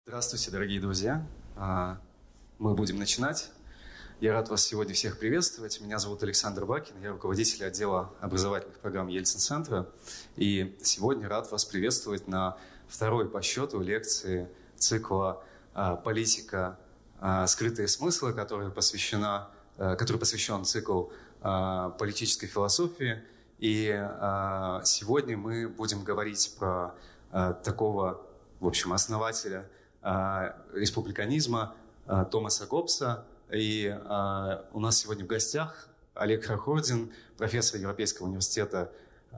Здравствуйте, дорогие друзья. Мы будем начинать. Я рад вас сегодня всех приветствовать. Меня зовут Александр Бакин, я руководитель отдела образовательных программ Ельцин-центра. И сегодня рад вас приветствовать на второй по счету лекции цикла «Политика. Скрытые смыслы», который посвящен цикл политической философии. И сегодня мы будем говорить про такого, в общем, основателя республиканизма Томаса Гоббса. И у нас сегодня в гостях Олег Хохродин, профессор Европейского университета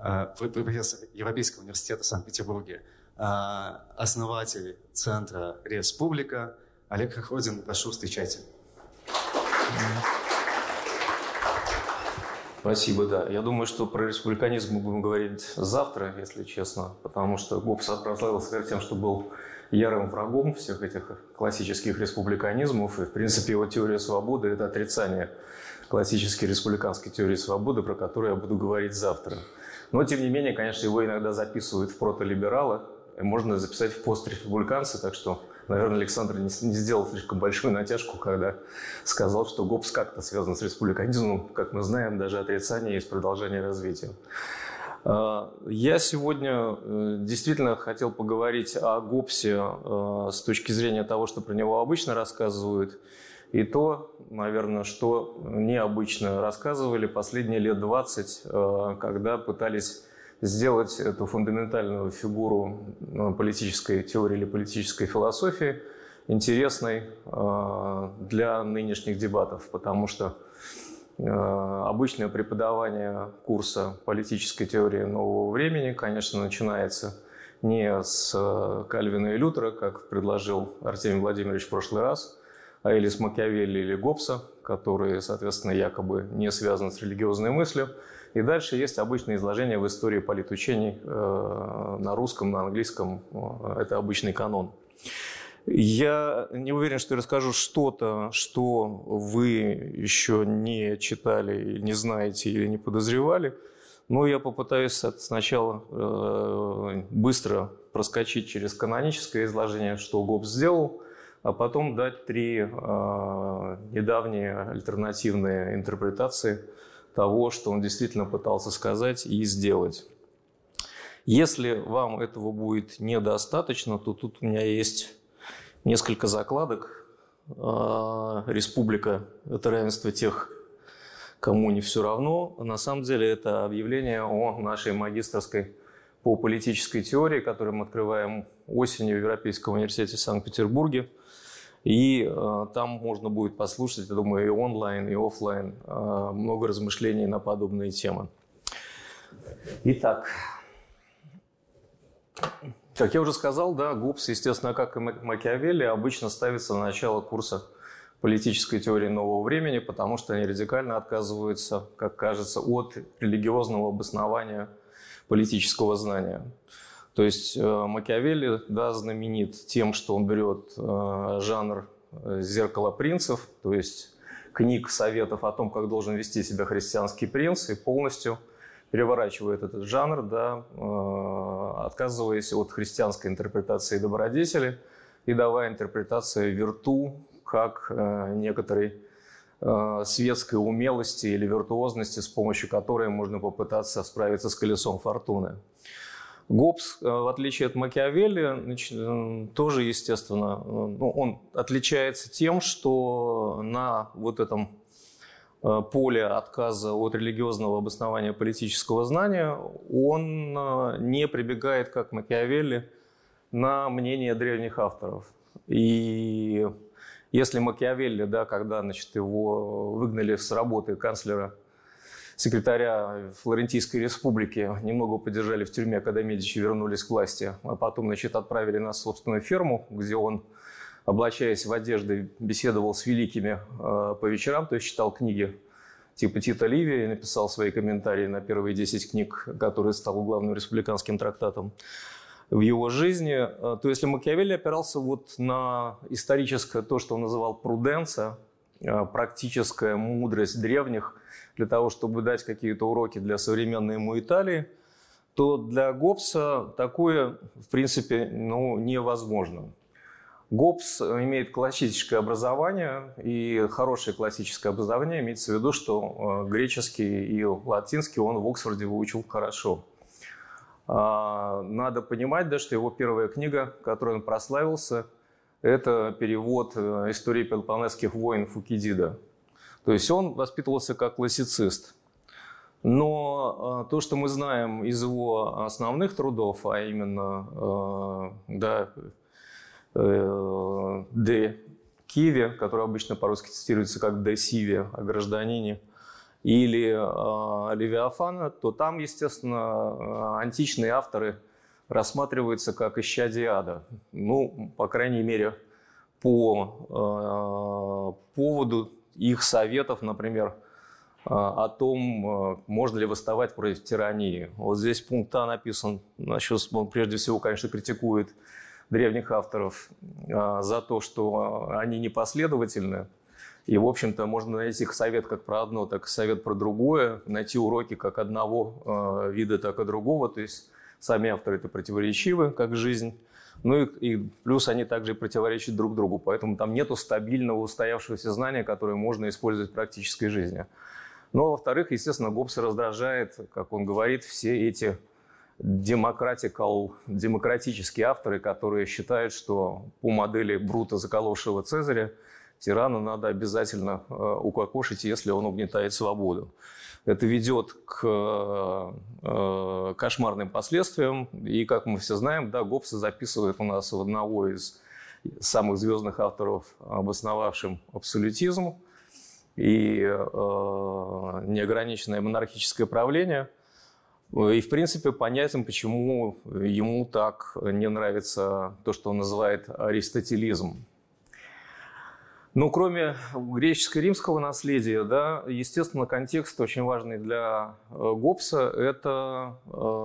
в Санкт-Петербурге, основатель центра «Республика». Олег Хохродин, прошу, встречайте. Спасибо, да. Я думаю, что про республиканизм мы будем говорить завтра, если честно, потому что Гоббс прославился тем, что был ярым врагом всех этих классических республиканизмов, и, в принципе, его теория свободы – это отрицание классической республиканской теории свободы, про которую я буду говорить завтра. Но, тем не менее, конечно, его иногда записывают в протолибералы, и можно записать в постреспубликанцы, так что, наверное, Александр не сделал слишком большую натяжку, когда сказал, что Гоббс как-то связан с республиканизмом. Как мы знаем, даже отрицание есть продолжение развития. Я сегодня действительно хотел поговорить о Гоббсе с точки зрения того, что про него обычно рассказывают, и то, наверное, что необычно рассказывали последние лет 20, когда пытались сделать эту фундаментальную фигуру политической теории или политической философии интересной для нынешних дебатов, потому что обычное преподавание курса политической теории нового времени, конечно, начинается не с Кальвина и Лютера, как предложил Артемий Владимирович в прошлый раз, а или с Макиавелли или Гоббса, которые, соответственно, якобы не связаны с религиозной мыслью. И дальше есть обычное изложение в истории политучений на русском, на английском. Это обычный канон. Я не уверен, что я расскажу что-то, что вы еще не читали, не знаете или не подозревали, но я попытаюсь сначала быстро проскочить через каноническое изложение, что Гоббс сделал, а потом дать три недавние альтернативные интерпретации того, что он действительно пытался сказать и сделать. Если вам этого будет недостаточно, то тут у меня есть несколько закладок. Республика – это равенство тех, кому не все равно. На самом деле это объявление о нашей магистерской по политической теории, которую мы открываем осенью в Европейском университете в Санкт-Петербурге. И там можно будет послушать, я думаю, и онлайн, и офлайн много размышлений на подобные темы. Итак, как я уже сказал, да, Гоббс, естественно, как и Макиавелли, обычно ставится на начало курса политической теории нового времени, потому что они радикально отказываются, как кажется, от религиозного обоснования политического знания. То есть Макиавелли, да, знаменит тем, что он берет жанр «Зеркало принцев», то есть книг, советов о том, как должен вести себя христианский принц, и полностью переворачивает этот жанр, да, отказываясь от христианской интерпретации добродетели и давая интерпретацию вирту как некоторой светской умелости или виртуозности, с помощью которой можно попытаться справиться с колесом фортуны. Гоббс, в отличие от Макиавелли, тоже, естественно, он отличается тем, что на вот этом поле отказа от религиозного обоснования политического знания он не прибегает, как Макиавелли, на мнение древних авторов. И если Макиавелли, да, когда, его выгнали с работы канцлера, секретаря Флорентийской республики, немного подержали в тюрьме, когда Медичи вернулись к власти, а потом, отправили на собственную ферму, где он, облачаясь в одежды, беседовал с великими по вечерам, то есть читал книги типа Тита Ливия, написал свои комментарии на первые 10 книг, которые стал главным республиканским трактатом в его жизни. То если Макиавелли опирался вот на историческое, то, что он называл пруденция, практическая мудрость древних, для того, чтобы дать какие-то уроки для современной ему Италии, то для Гоббса такое, в принципе, невозможно. Гоббс имеет классическое образование, и хорошее классическое образование имеется в виду, что греческий и латинский он в Оксфорде выучил хорошо. Надо понимать, да, что его первая книга, которой он прославился, это перевод истории Пелопоннесских войн Фукидида. То есть он воспитывался как классицист. Но то, что мы знаем из его основных трудов, а именно «De Cive», который обычно по-русски цитируется как «De Cive» о гражданине, или «Левиафана», то там, естественно, античные авторы рассматриваются как исчадие ада. Ну, по крайней мере, по поводу их советов, например, о том, можно ли восставать против тирании. Вот здесь пункт А написан. Он прежде всего, конечно, критикует древних авторов за то, что они непоследовательны. И, в общем-то, можно найти их совет как про одно, так и совет про другое, найти уроки как одного вида, так и другого. То есть сами авторы это противоречивы, как жизнь. Ну и плюс они также противоречат друг другу. Поэтому там нету стабильного устоявшегося знания, которое можно использовать в практической жизни. Но, во-вторых, естественно, Гоббса раздражает, как он говорит, все эти демократические авторы, которые считают, что по модели Брута, заколовшего Цезаря, тирана надо обязательно укокошить, если он угнетает свободу. Это ведет к кошмарным последствиям. И, как мы все знаем, да, Гоббса записывает у нас в одного из самых звездных авторов, обосновавшим абсолютизм и неограниченное монархическое правление. И, в принципе, понятен, почему ему так не нравится то, что он называет аристотелизм. Ну, кроме греческо-римского наследия, да, естественно, контекст очень важный для Гоббса – это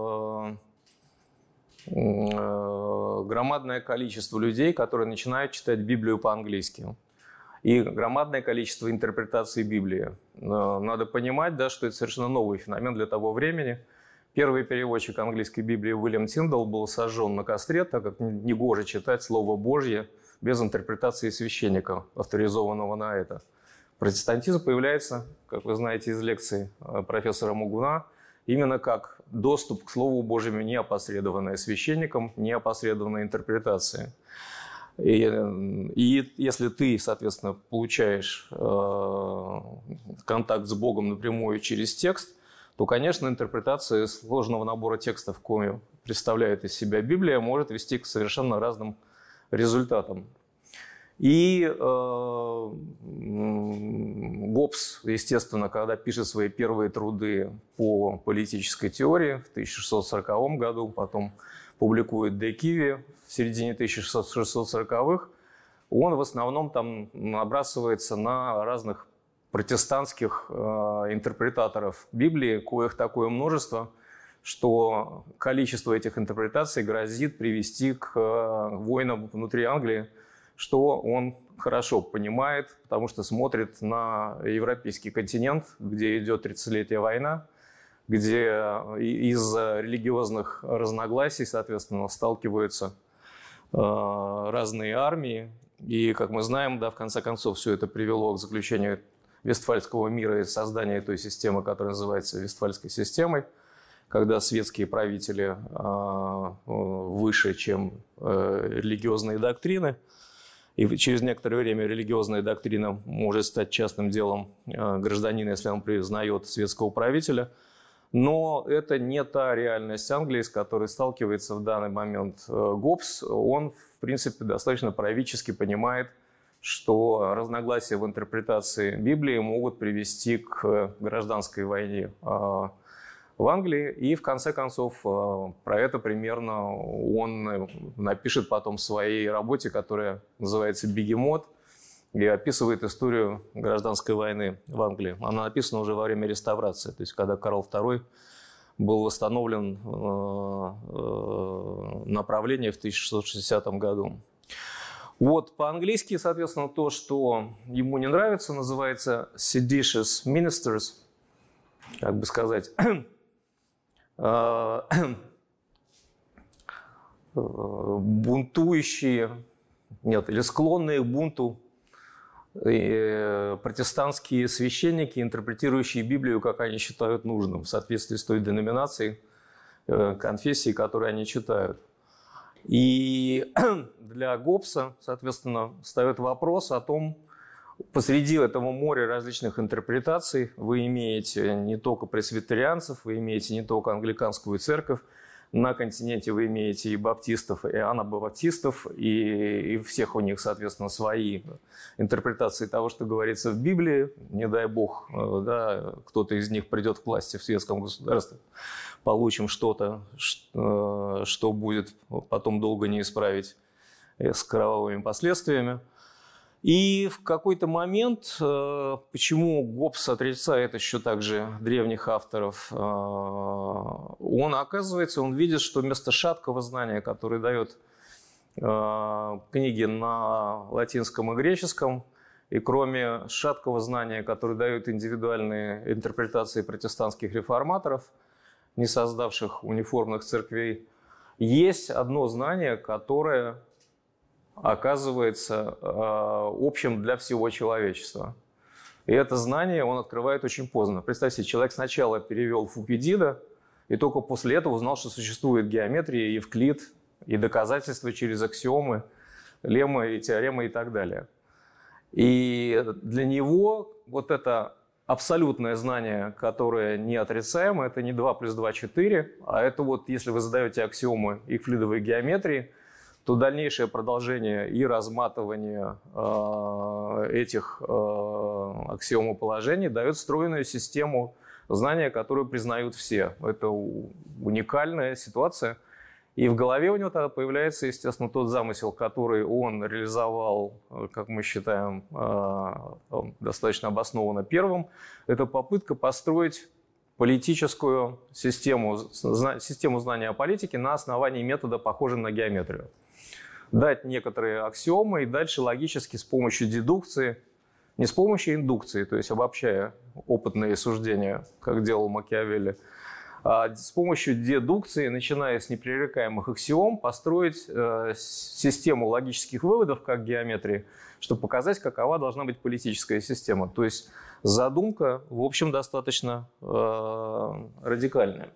громадное количество людей, которые начинают читать Библию по-английски. И громадное количество интерпретаций Библии. Надо понимать, да, что это совершенно новый феномен для того времени. Первый переводчик английской Библии Уильям Тиндалл был сожжен на костре, так как негоже читать Слово Божье без интерпретации священника, авторизованного на это. Протестантизм появляется, как вы знаете из лекции профессора Мугуна, именно как доступ к Слову Божьему, не опосредованное священником, не опосредованная интерпретация. И если ты, соответственно, получаешь контакт с Богом напрямую через текст, то, конечно, интерпретация сложного набора текстов, кое представляет из себя Библия, может вести к совершенно разным результатам. И Гоббс, естественно, когда пишет свои первые труды по политической теории в 1640 году, потом публикует «De Cive» в середине 1640-х, он в основном там набрасывается на разных протестантских интерпретаторов Библии, коих такое множество, что количество этих интерпретаций грозит привести к войнам внутри Англии, что он хорошо понимает, потому что смотрит на европейский континент, где идет 30-летняя война, где из-за религиозных разногласий, соответственно, сталкиваются разные армии. И, как мы знаем, да, в конце концов, все это привело к заключению Вестфальского мира и созданию той системы, которая называется Вестфальской системой, когда светские правители выше, чем религиозные доктрины. И через некоторое время религиозная доктрина может стать частным делом гражданина, если он признает светского правителя. Но это не та реальность Англии, с которой сталкивается в данный момент Гоббс. Он, в принципе, достаточно правительски понимает, что разногласия в интерпретации Библии могут привести к гражданской войне в Англии. И, в конце концов, про это примерно он напишет потом в своей работе, которая называется «Бегемот», и описывает историю гражданской войны в Англии. Она написана уже во время реставрации, то есть когда Карл II был восстановлен на правление в 1660 году. Вот, по-английски, соответственно, то, что ему не нравится, называется «seditious ministers», как бы сказать, бунтующие Нет, или склонные к бунту протестантские священники, интерпретирующие Библию, как они считают нужным, в соответствии с той деноминацией, конфессии, которую они читают. И для Гоббса, соответственно, встает вопрос о том, посреди этого моря различных интерпретаций вы имеете не только пресвитерианцев, вы имеете не только англиканскую церковь, на континенте вы имеете и баптистов, и анабаптистов, и всех у них, соответственно, свои интерпретации того, что говорится в Библии. Не дай бог, да, кто-то из них придет к власти в светском государстве, получим что-то, что будет потом долго не исправить с кровавыми последствиями. И в какой-то момент, почему Гоббс отрицает еще также древних авторов, он видит, что вместо шаткого знания, которое дает книги на латинском и греческом, и кроме шаткого знания, которое дают индивидуальные интерпретации протестантских реформаторов, не создавших униформных церквей, есть одно знание, которое оказывается общим для всего человечества. И это знание он открывает очень поздно. Представьте, человек сначала перевел Фукидида, и только после этого узнал, что существует геометрия, Евклид, и доказательства через аксиомы, леммы и теоремы и так далее. И для него вот это абсолютное знание, которое не отрицаемо, это не 2 плюс 2 – 4, а это вот если вы задаете аксиомы евклидовой геометрии, то дальнейшее продолжение и разматывание этих аксиомоположений дает стройную систему знания, которую признают все. Это уникальная ситуация. И в голове у него тогда появляется, естественно, тот замысел, который он реализовал, как мы считаем, достаточно обоснованно первым. Это попытка построить политическую систему знания о политике на основании метода, похожего на геометрию. Дать некоторые аксиомы и дальше логически с помощью дедукции, не с помощью индукции, то есть обобщая опытные суждения, как делал Макиавелли, а с помощью дедукции, начиная с непререкаемых аксиом, построить систему логических выводов, как геометрии, чтобы показать, какова должна быть политическая система. То есть задумка, в общем, достаточно радикальная.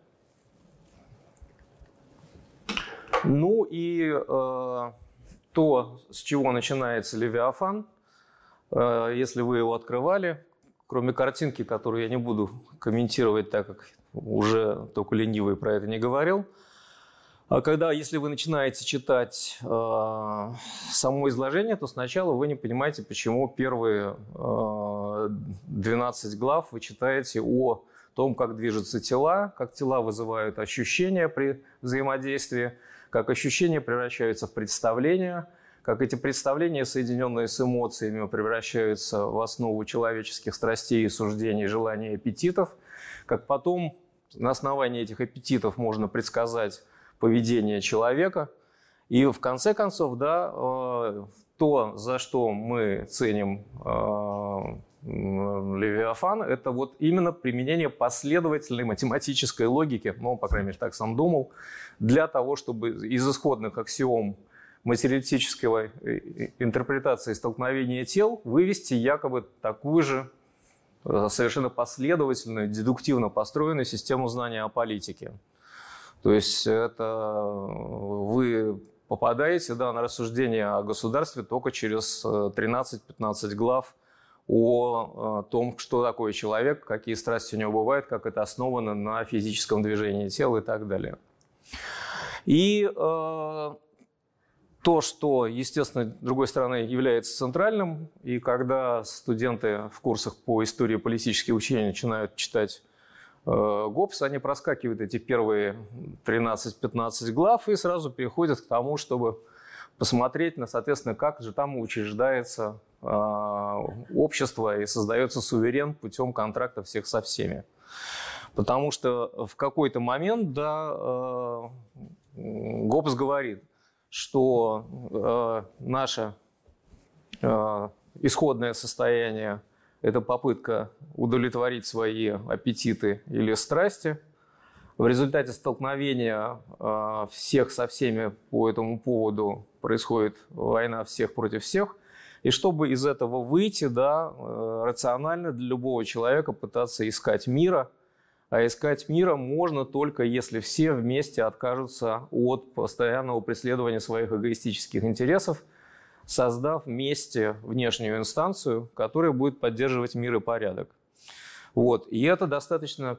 Ну и то, с чего начинается Левиафан, если вы его открывали, кроме картинки, которую я не буду комментировать, так как уже только ленивый про это не говорил, если вы начинаете читать само изложение, то сначала вы не понимаете, почему первые 12 глав вы читаете о том, как движутся тела, как тела вызывают ощущения при взаимодействии, как ощущения превращаются в представления, как эти представления, соединенные с эмоциями, превращаются в основу человеческих страстей, суждений, желаний и аппетитов, как потом на основании этих аппетитов можно предсказать поведение человека. И в конце концов, да, то, за что мы ценим Левиафан, это вот именно применение последовательной математической логики, ну, по крайней мере, так сам думал, для того, чтобы из исходных аксиом материалистической интерпретации столкновения тел вывести якобы такую же совершенно последовательную, дедуктивно построенную систему знания о политике. То есть это вы попадаете, да, на рассуждение о государстве только через 13-15 глав о том, что такое человек, какие страсти у него бывают, как это основано на физическом движении тела и так далее. И то, что, естественно, с другой стороны, является центральным, и когда студенты в курсах по истории политических учений начинают читать Гоббса, они проскакивают эти первые 13-15 глав и сразу переходят к тому, чтобы посмотреть, соответственно, как же там учреждается общество и создается суверен путем контракта всех со всеми. Потому что в какой-то момент, да, Гоббс говорит, что наше исходное состояние – это попытка удовлетворить свои аппетиты или страсти, В результате столкновения всех со всеми по этому поводу происходит война всех против всех. И чтобы из этого выйти, да, рационально для любого человека пытаться искать мира. А искать мира можно только если все вместе откажутся от постоянного преследования своих эгоистических интересов, создав вместе внешнюю инстанцию, которая будет поддерживать мир и порядок. Вот. И это достаточно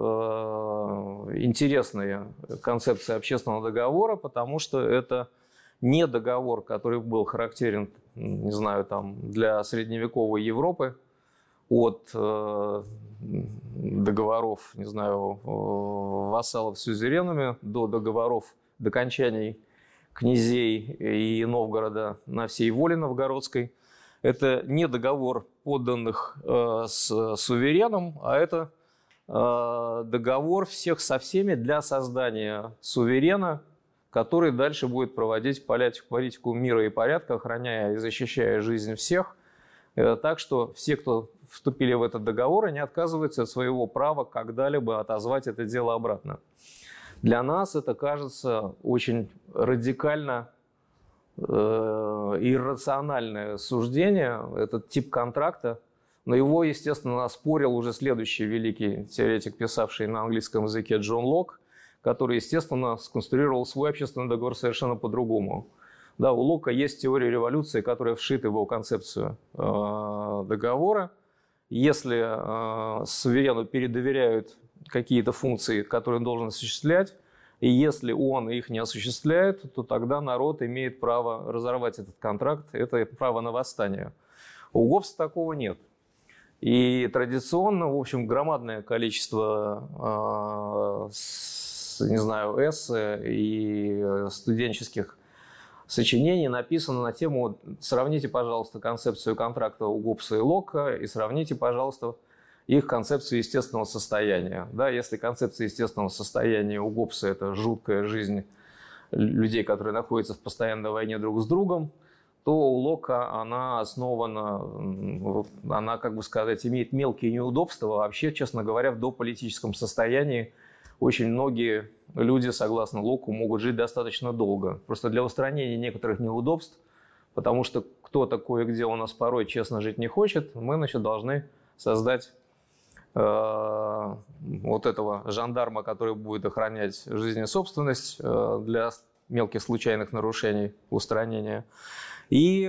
интересная концепция общественного договора, потому что это не договор, который был характерен, не знаю, там, для средневековой Европы, от договоров, не знаю, вассалов с сюзеренами до договоров докончаний князей и Новгорода на всей воле новгородской. Это не договор подданных с сувереном, а это договор всех со всеми для создания суверена, который дальше будет проводить политику мира и порядка, охраняя и защищая жизнь всех. Так что все, кто вступили в этот договор, они отказываются от своего права когда-либо отозвать это дело обратно. Для нас это кажется очень радикально иррациональное суждение, этот тип контракта. Но его, естественно, оспорил уже следующий великий теоретик, писавший на английском языке, Джон Лок, который, естественно, сконструировал свой общественный договор совершенно по-другому. Да, у Лока есть теория революции, которая вшита в его концепцию договора. Если суверену передоверяют какие-то функции, которые он должен осуществлять, и если он их не осуществляет, то тогда народ имеет право разорвать этот контракт, это право на восстание. У Гоббса такого нет. И традиционно, в общем, громадное количество, не знаю, эссе и студенческих сочинений написано на тему, сравните, пожалуйста, концепцию контракта у Гоббса и Лока и сравните, пожалуйста, их концепцию естественного состояния. Да, если концепция естественного состояния у Гоббса – это жуткая жизнь людей, которые находятся в постоянной войне друг с другом, то у Лока она основана, она, как бы сказать, имеет мелкие неудобства. Вообще, честно говоря, в дополитическом состоянии очень многие люди, согласно Локу, могут жить достаточно долго. Просто для устранения некоторых неудобств, потому что кто-то кое-где у нас порой честно жить не хочет, мы, значит, должны создать вот этого жандарма, который будет охранять жизнь и собственность для мелких случайных нарушений, устранения. И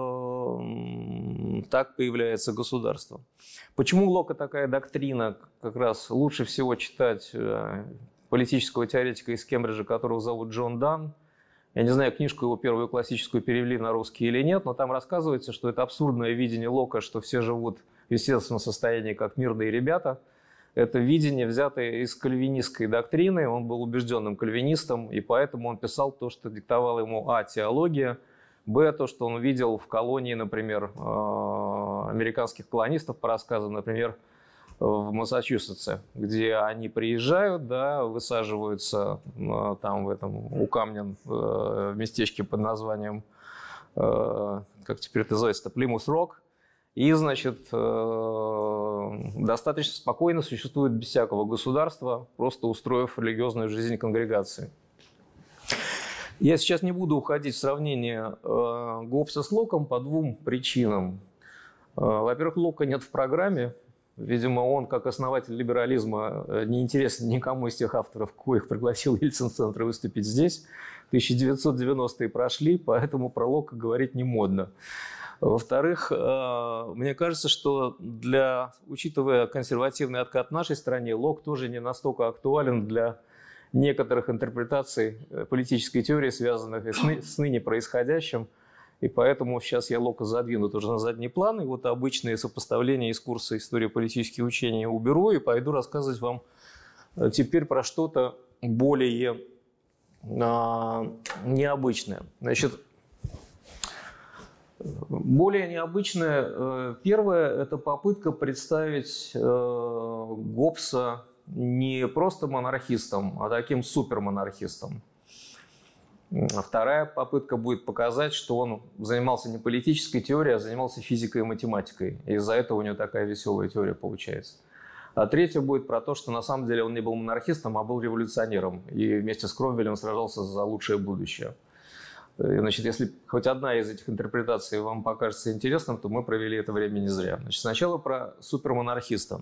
так появляется государство. Почему у Лока такая доктрина? Как раз лучше всего читать политического теоретика из Кембриджа, которого зовут Джон Данн. Я не знаю, книжку его первую классическую перевели на русский или нет, но там рассказывается, что это абсурдное видение Лока, что все живут в естественном состоянии, как мирные ребята. Это видение, взятое из кальвинистской доктрины. Он был убежденным кальвинистом, и поэтому он писал то, что диктовала ему теология, б, то, что он видел в колонии, например, американских колонистов, по рассказам, например, в Массачусетсе, где они приезжают, да, высаживаются там в этом, у камня, в местечке под названием, как теперь это называется, Плимут-Рок, и, значит, достаточно спокойно существует без всякого государства, просто устроив религиозную жизнь конгрегации. Я сейчас не буду уходить в сравнение Гоббса с Локом по двум причинам. Во-первых, Лока нет в программе. Видимо, он, как основатель либерализма, не интересен никому из тех авторов, коих пригласил Ельцин-центр выступить здесь. 1990-е прошли, поэтому про Лока говорить не модно. Во-вторых, мне кажется, что учитывая консервативный откат в нашей стране, Лок тоже не настолько актуален для некоторых интерпретаций политической теории, связанных с ныне происходящим. И поэтому сейчас я Лока задвину тоже на задний план. И вот обычные сопоставления из курса «История политических учений» уберу и пойду рассказывать вам теперь про что-то более необычное. Значит, более необычное, первое, это попытка представить Гоббса не просто монархистом, а таким супермонархистом. Вторая попытка будет показать, что он занимался не политической теорией, а занимался физикой и математикой. И из-за этого у него такая веселая теория получается. А третье будет про то, что на самом деле он не был монархистом, а был революционером. И вместе с Кромвелем сражался за лучшее будущее. Значит, если хоть одна из этих интерпретаций вам покажется интересным, то мы провели это время не зря. Значит, сначала про супермонархиста.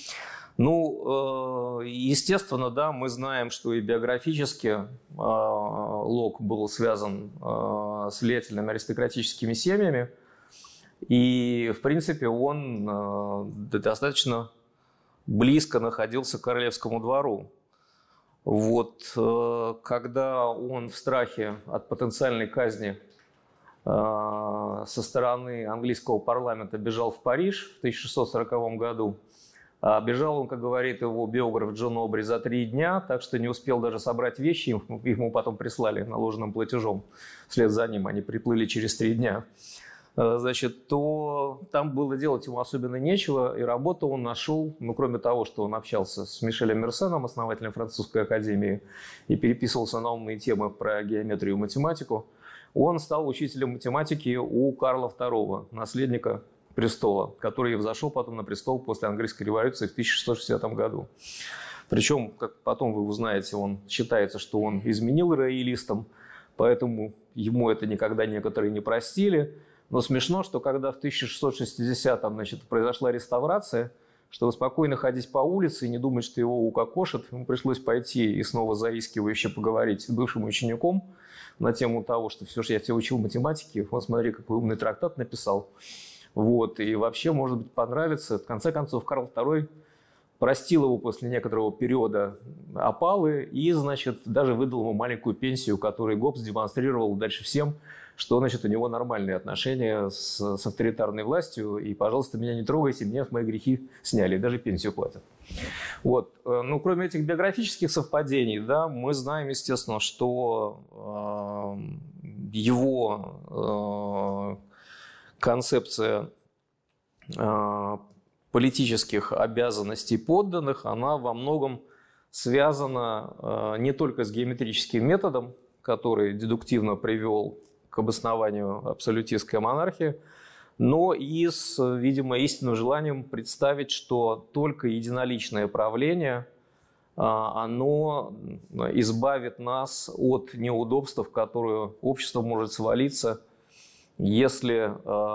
Ну, естественно, да, мы знаем, что и биографически Лок был связан с влиятельными аристократическими семьями. И, в принципе, он достаточно близко находился к королевскому двору. Вот, когда он в страхе от потенциальной казни со стороны английского парламента бежал в Париж в 1640 году, бежал он, как говорит его биограф Джон Обри, за 3 дня, так что не успел даже собрать вещи, ему потом прислали наложенным платежом вслед за ним, они приплыли через 3 дня. Значит, то там было делать ему особенно нечего, и работу он нашел, ну, кроме того, что он общался с Мишелем Мерсеном, основателем французской академии, и переписывался на умные темы про геометрию и математику, он стал учителем математики у Карла II, наследника престола, который взошел потом на престол после английской революции в 1660 году. Причем, как потом вы узнаете, он считается, что он изменил роялистам, поэтому ему это никогда некоторые не простили. Но смешно, что когда в 1660-м, значит, произошла реставрация, чтобы спокойно ходить по улице и не думать, что его укокошат, ему пришлось пойти и снова заискивающе поговорить с бывшим учеником на тему того, что все же я тебя учил математике, вот смотри, какой умный трактат написал. Вот, и вообще, может быть, понравится. В конце концов, Карл II простил его после некоторого периода опалы и, значит, даже выдал ему маленькую пенсию, которую Гоббс демонстрировал дальше всем, что, значит, у него нормальные отношения с авторитарной властью, и, пожалуйста, меня не трогайте, мне мои грехи сняли, даже пенсию платят. Вот. Ну, кроме этих биографических совпадений, да, мы знаем, естественно, что его концепция политических обязанностей подданных, она во многом связана не только с геометрическим методом, который дедуктивно привел к обоснованию абсолютистской монархии, но и с, видимо, истинным желанием представить, что только единоличное правление, оно избавит нас от неудобств, в которые общество может свалиться, если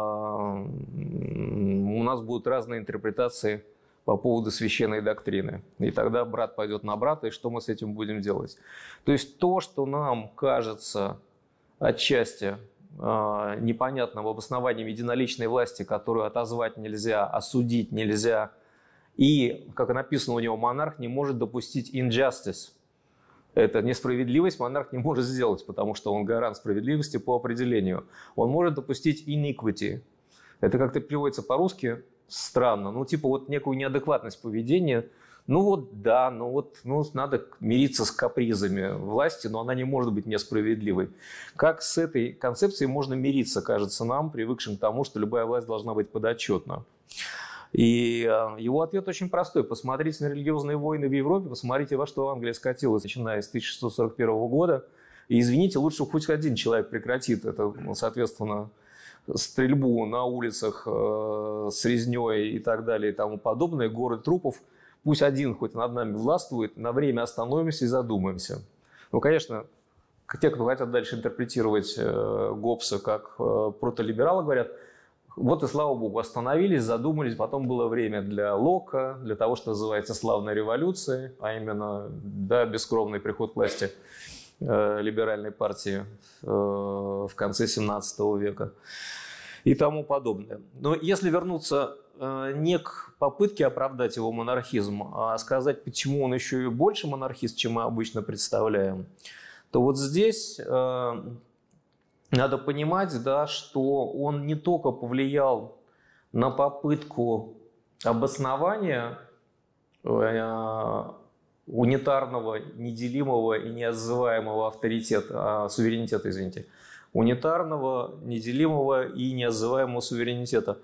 у нас будут разные интерпретации по поводу священной доктрины. И тогда брат пойдет на брата, и что мы с этим будем делать? То есть то, что нам кажется отчасти непонятным обоснованием единоличной власти, которую отозвать нельзя, осудить нельзя, и, как написано у него, монарх не может допустить injustice. Это несправедливость монарх не может сделать, потому что он гарант справедливости по определению. Он может допустить iniquity. Это как-то переводится по-русски странно. Ну, типа вот некую неадекватность поведения. Ну вот да, надо мириться с капризами власти, но она не может быть несправедливой. Как с этой концепцией можно мириться, кажется нам, привыкшим к тому, что любая власть должна быть подотчетна? И его ответ очень простой. Посмотрите на религиозные войны в Европе, посмотрите, во что Англия скатилась, начиная с 1641 года. И, извините, лучше хоть один человек прекратит это, соответственно, стрельбу на улицах с резней и так далее и тому подобное, горы трупов. Пусть один хоть над нами властвует, на время остановимся и задумаемся. Ну, конечно, те, кто хотят дальше интерпретировать Гоббса как протолиберала, говорят, вот и слава богу, остановились, задумались, потом было время для Лока, для того, что называется славной революцией, а именно, да, бескровный приход к власти либеральной партии в конце 17 века и тому подобное. Но если вернуться не к попытке оправдать его монархизм, а сказать, почему он еще и больше монархист, чем мы обычно представляем, то вот здесь надо понимать, да, что он не только повлиял на попытку обоснования унитарного, неделимого и неотзываемого суверенитета, унитарного, неделимого и неотзываемого суверенитета.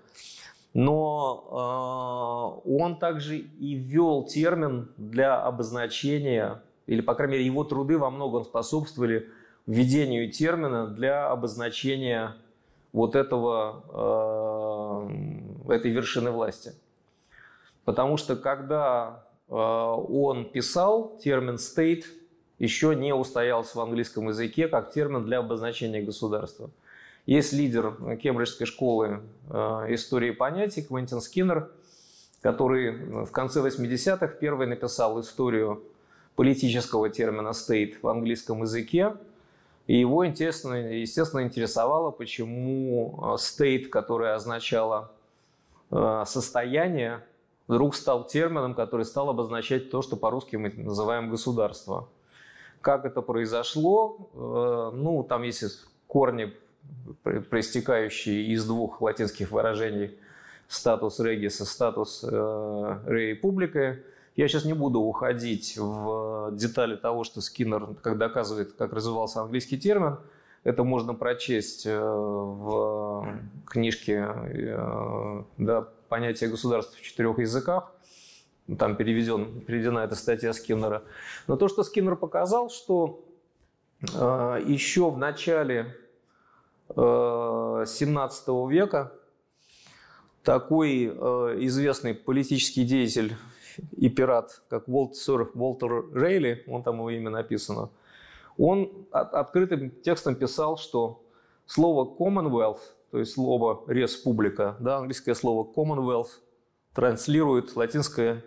Но он также и ввел термин для обозначения, или, по крайней мере, его труды во многом способствовали введению термина для обозначения вот этой вершины власти. Потому что когда он писал, термин «state» еще не устоялся в английском языке как термин для обозначения государства. Есть лидер Кембриджской школы истории понятий Квентин Скиннер, который в конце 80-х первый написал историю политического термина «state» в английском языке. И его, естественно, интересовало, почему state, которое означало состояние, вдруг стал термином, который стал обозначать то, что по-русски мы называем государство. Как это произошло? Ну, там есть корни, проистекающие из двух латинских выражений «статус регис» и «статус реи публикаe». Я сейчас не буду уходить в детали того, что Скиннер как доказывает, как развивался английский термин. Это можно прочесть в книжке «Понятие государства в 4 языках». Там переведена эта статья Скиннера. Но то, что Скиннер показал, что еще в начале 17 века такой известный политический деятель и пират, как сэр Уолтер Рейли, он там его имя написано, он открытым текстом писал, что слово Commonwealth, то есть слово республика, да, английское слово Commonwealth транслирует латинское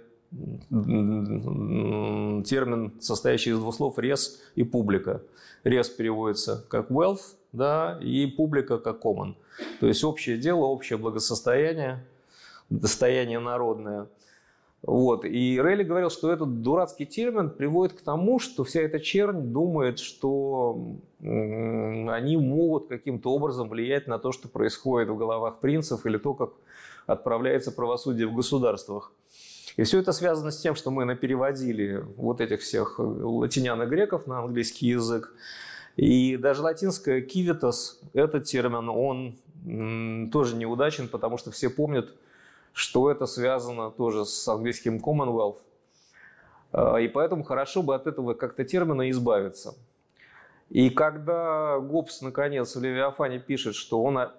термин, состоящий из двух слов res и publica. Res переводится как wealth, да, и publica как common. То есть общее дело, общее благосостояние, достояние народное. Вот. И Рейли говорил, что этот дурацкий термин приводит к тому, что вся эта чернь думает, что они могут каким-то образом влиять на то, что происходит в головах принцев, или то, как отправляется правосудие в государствах. И все это связано с тем, что мы напереводили вот этих всех латинян и греков на английский язык. И даже латинское «civitas», этот термин, он тоже неудачен, потому что все помнят, что это связано тоже с английским Commonwealth. И поэтому хорошо бы от этого как-то термина избавиться. И когда Гоббс, наконец, в «Левиафане» пишет, что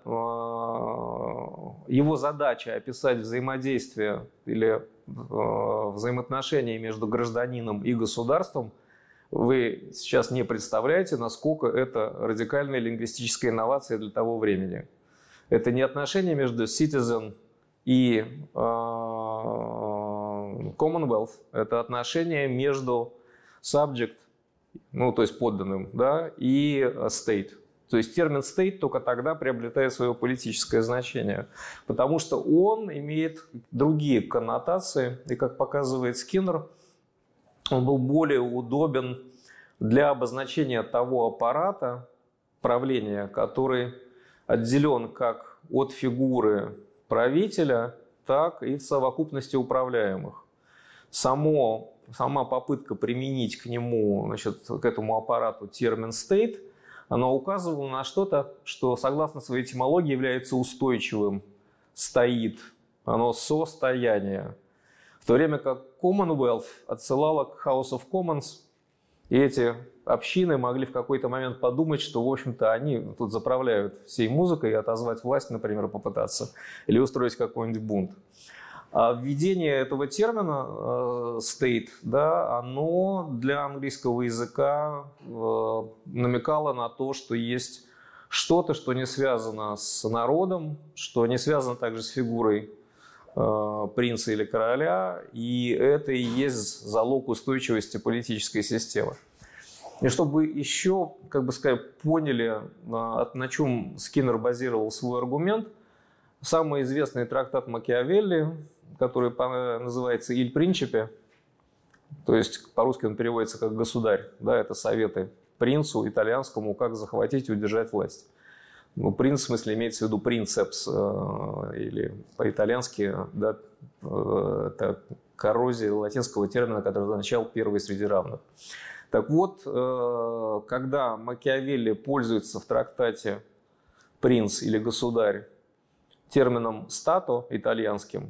его задача описать взаимодействие или взаимоотношения между гражданином и государством, вы сейчас не представляете, насколько это радикальная лингвистическая инновация для того времени. Это не отношение между citizen и Commonwealth, это отношение между subject, ну, то есть подданным, да, и state. То есть термин state только тогда приобретает свое политическое значение, потому что он имеет другие коннотации, и, как показывает Скиннер, он был более удобен для обозначения того аппарата правления, который отделен как от фигуры правителя, так и в совокупности управляемых. Сама попытка применить к нему, значит, к этому аппарату термин state, она указывала на что-то, что, согласно своей этимологии, является устойчивым, стоит, оно состояние. В то время как Commonwealth отсылала к House of Commons, и эти общины могли в какой-то момент подумать, что, в общем-то, они тут заправляют всей музыкой, и отозвать власть, например, попытаться, или устроить какой-нибудь бунт. А введение этого термина state, да, оно для английского языка намекало на то, что есть что-то, что не связано с народом, что не связано также с фигурой принца или короля, и это и есть залог устойчивости политической системы. И чтобы еще, как бы сказать, поняли, на чем Скиннер базировал свой аргумент, самый известный трактат Макиавелли, который называется «Иль Принчипе», то есть по-русски он переводится как «государь», да, это советы принцу итальянскому, как захватить и удержать власть. Ну, принц, в смысле, имеется в виду принцепс, или по-итальянски, да, это коррозия латинского термина, который означал «первый среди равных». Так вот, когда Макиавелли пользуется в трактате «принц» или «государь» термином «стато» итальянским,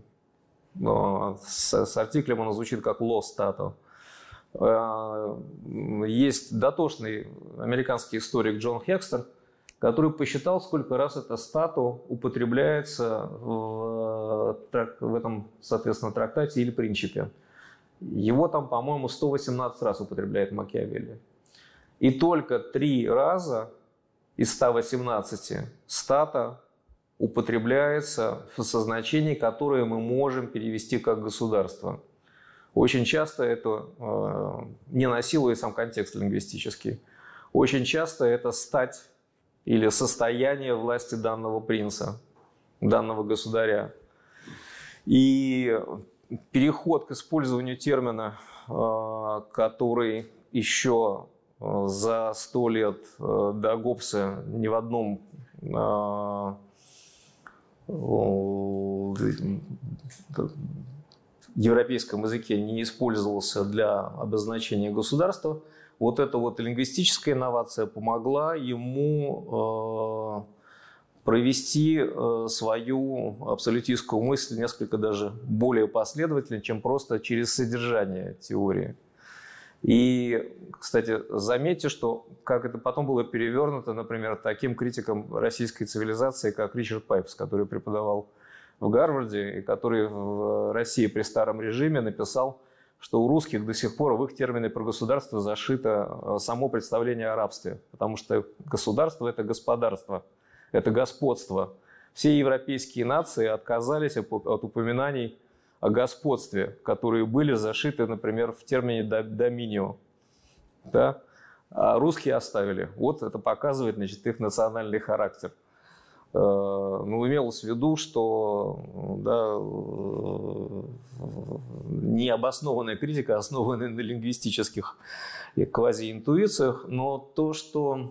с артиклем он звучит как «lo stato», есть дотошный американский историк Джон Хекстер, который посчитал, сколько раз эта стату употребляется в этом, соответственно, трактате или принципе. Его там, по-моему, 118 раз употребляет Макиавелли. И только 3 раза из 118 стата употребляется в значении, которое мы можем перевести как государство. Очень часто это, не насилуя сам контекст лингвистический, очень часто это стать или состояние власти данного принца, данного государя. И переход к использованию термина, который еще за 100 лет до Гоббса ни в одном европейском языке не использовался для обозначения государства, вот эта вот лингвистическая инновация помогла ему провести свою абсолютистскую мысль несколько даже более последовательно, чем просто через содержание теории. И, кстати, заметьте, что как это потом было перевернуто, например, таким критиком российской цивилизации, как Ричард Пайпс, который преподавал в Гарварде и который в России при старом режиме написал, что у русских до сих пор в их термины про государство зашито само представление о рабстве, потому что государство – это господарство, это господство. Все европейские нации отказались от упоминаний о господстве, которые были зашиты, например, в термине «доминио». Да? А русские оставили. Вот это показывает, значит, их национальный характер. Ну, имелось в виду, что да, необоснованная критика, основанная на лингвистических и квазиинтуициях, но то, что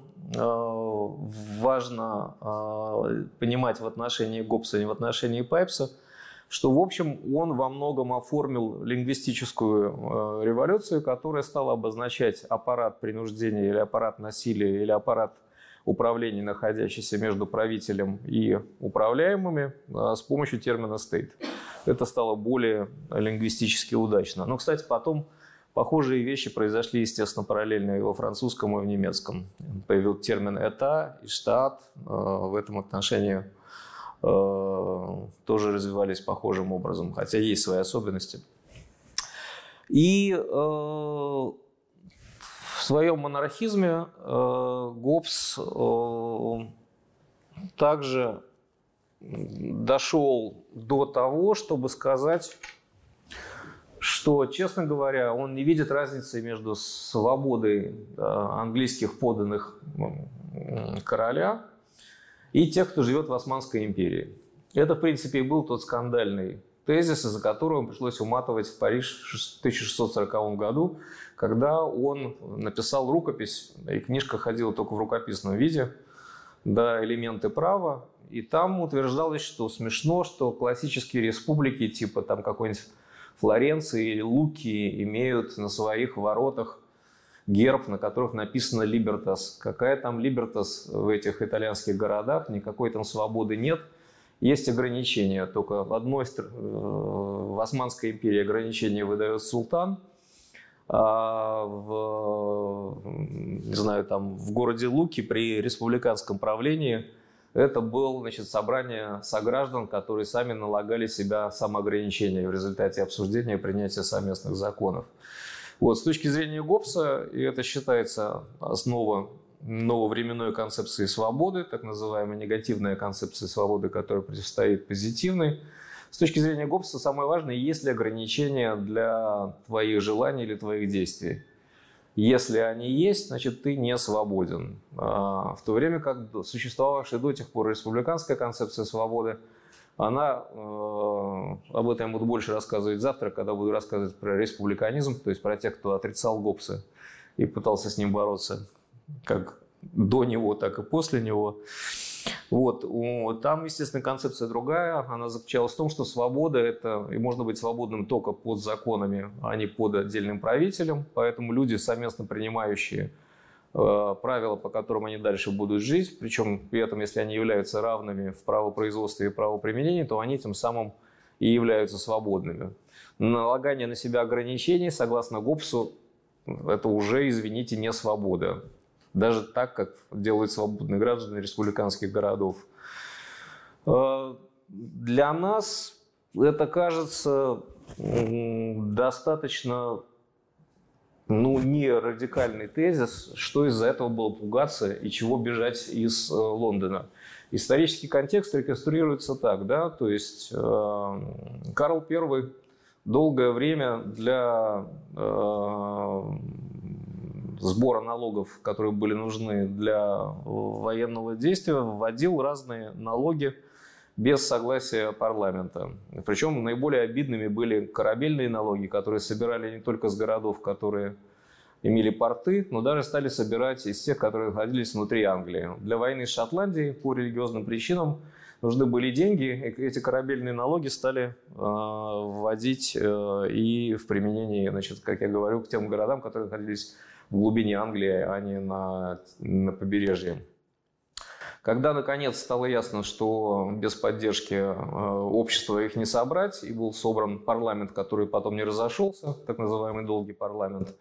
важно понимать в отношении Гоббса и в отношении Пайпса, что, в общем, он во многом оформил лингвистическую революцию, которая стала обозначать аппарат принуждения или аппарат насилия или аппарат управления, находящийся между правителем и управляемыми, с помощью термина «state». Это стало более лингвистически удачно. Но, кстати, потом похожие вещи произошли, естественно, параллельно и во французском, и в немецком. Появился термин «эта» и «штат». В этом отношении тоже развивались похожим образом, хотя есть свои особенности. И в своем монархизме Гоббс также дошел до того, чтобы сказать, что, честно говоря, он не видит разницы между свободой английских подданных короля и тех, кто живет в Османской империи. Это, в принципе, и был тот скандальный тезис, из-за которого пришлось уматывать в Париж в 1640 году, когда он написал рукопись, и книжка ходила только в рукописном виде, да, «Элементы права», и там утверждалось, что смешно, что классические республики, типа там какой-нибудь Флоренции или Луки, имеют на своих воротах герб, на которых написано «Либертас». Какая там Либертас в этих итальянских городах? Никакой там свободы нет. Есть ограничения. Только в Османской империи ограничения выдает султан. А не знаю, там, в городе Луки при республиканском правлении это было, значит, собрание сограждан, которые сами налагали себя самоограничения в результате обсуждения и принятия совместных законов. Вот, с точки зрения Гоббса, и это считается основа нововременной концепции свободы, так называемая негативная концепция свободы, которая противостоит позитивной. С точки зрения Гоббса самое важное, есть ли ограничения для твоих желаний или твоих действий. Если они есть, значит, ты не свободен. В то время как существовавшая до тех пор республиканская концепция свободы, она, об этом я буду больше рассказывать завтра, когда буду рассказывать про республиканизм, то есть про тех, кто отрицал Гоббса и пытался с ним бороться, как до него, так и после него. Вот. Там, естественно, концепция другая. Она заключалась в том, что свобода – это и можно быть свободным только под законами, а не под отдельным правителем. Поэтому люди, совместно принимающие правила, по которым они дальше будут жить, причем при этом, если они являются равными в правопроизводстве и правоприменении, то они тем самым и являются свободными. Налагание на себя ограничений, согласно Гоббсу, это уже, извините, не свобода. Даже так, как делают свободные граждане республиканских городов. Для нас это кажется достаточно не радикальный тезис, что из-за этого было пугаться и чего бежать из Лондона. Исторический контекст реконструируется так, да, то есть Карл I долгое время для сбора налогов, которые были нужны для военного действия, вводил разные налоги без согласия парламента. Причем наиболее обидными были корабельные налоги, которые собирали не только с городов, которые имели порты, но даже стали собирать из тех, которые находились внутри Англии. Для войны с Шотландией по религиозным причинам нужны были деньги, и эти корабельные налоги стали вводить и в применении, значит, как я говорю, к тем городам, которые находились в глубине Англии, а не на побережье. Когда, наконец, стало ясно, что без поддержки общества их не собрать, и был собран парламент, который потом не разошелся, так называемый долгий парламент,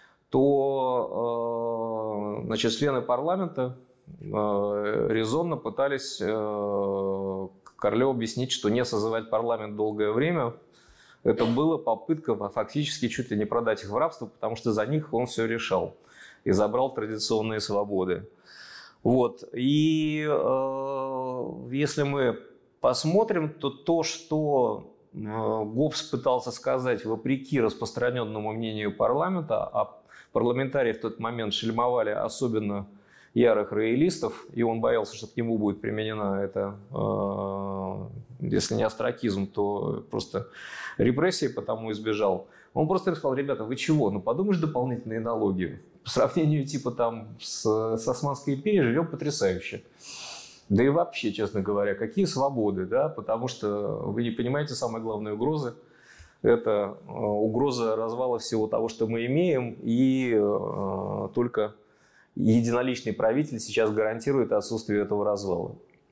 то значит, члены парламента резонно пытались Королеву объяснить, что не созывать парламент долгое время – это была попытка фактически чуть ли не продать их в рабство, потому что за них он все решал и забрал традиционные свободы. Вот. И если мы посмотрим, то то, что Гоббс пытался сказать вопреки распространенному мнению парламента, а парламентарии в тот момент шельмовали особенно ярых роялистов, и он боялся, что к нему будет применена это, если не остракизм, то просто репрессии, потому избежал. Он просто сказал: ребята, вы чего? Ну подумаешь, дополнительные налоги. По сравнению типа там с Османской империей живем потрясающе. Да и вообще, честно говоря, какие свободы, да? Потому что вы не понимаете самой главной угрозы. Это угроза развала всего того, что мы имеем, и только единоличный правитель сейчас гарантирует отсутствие этого развала.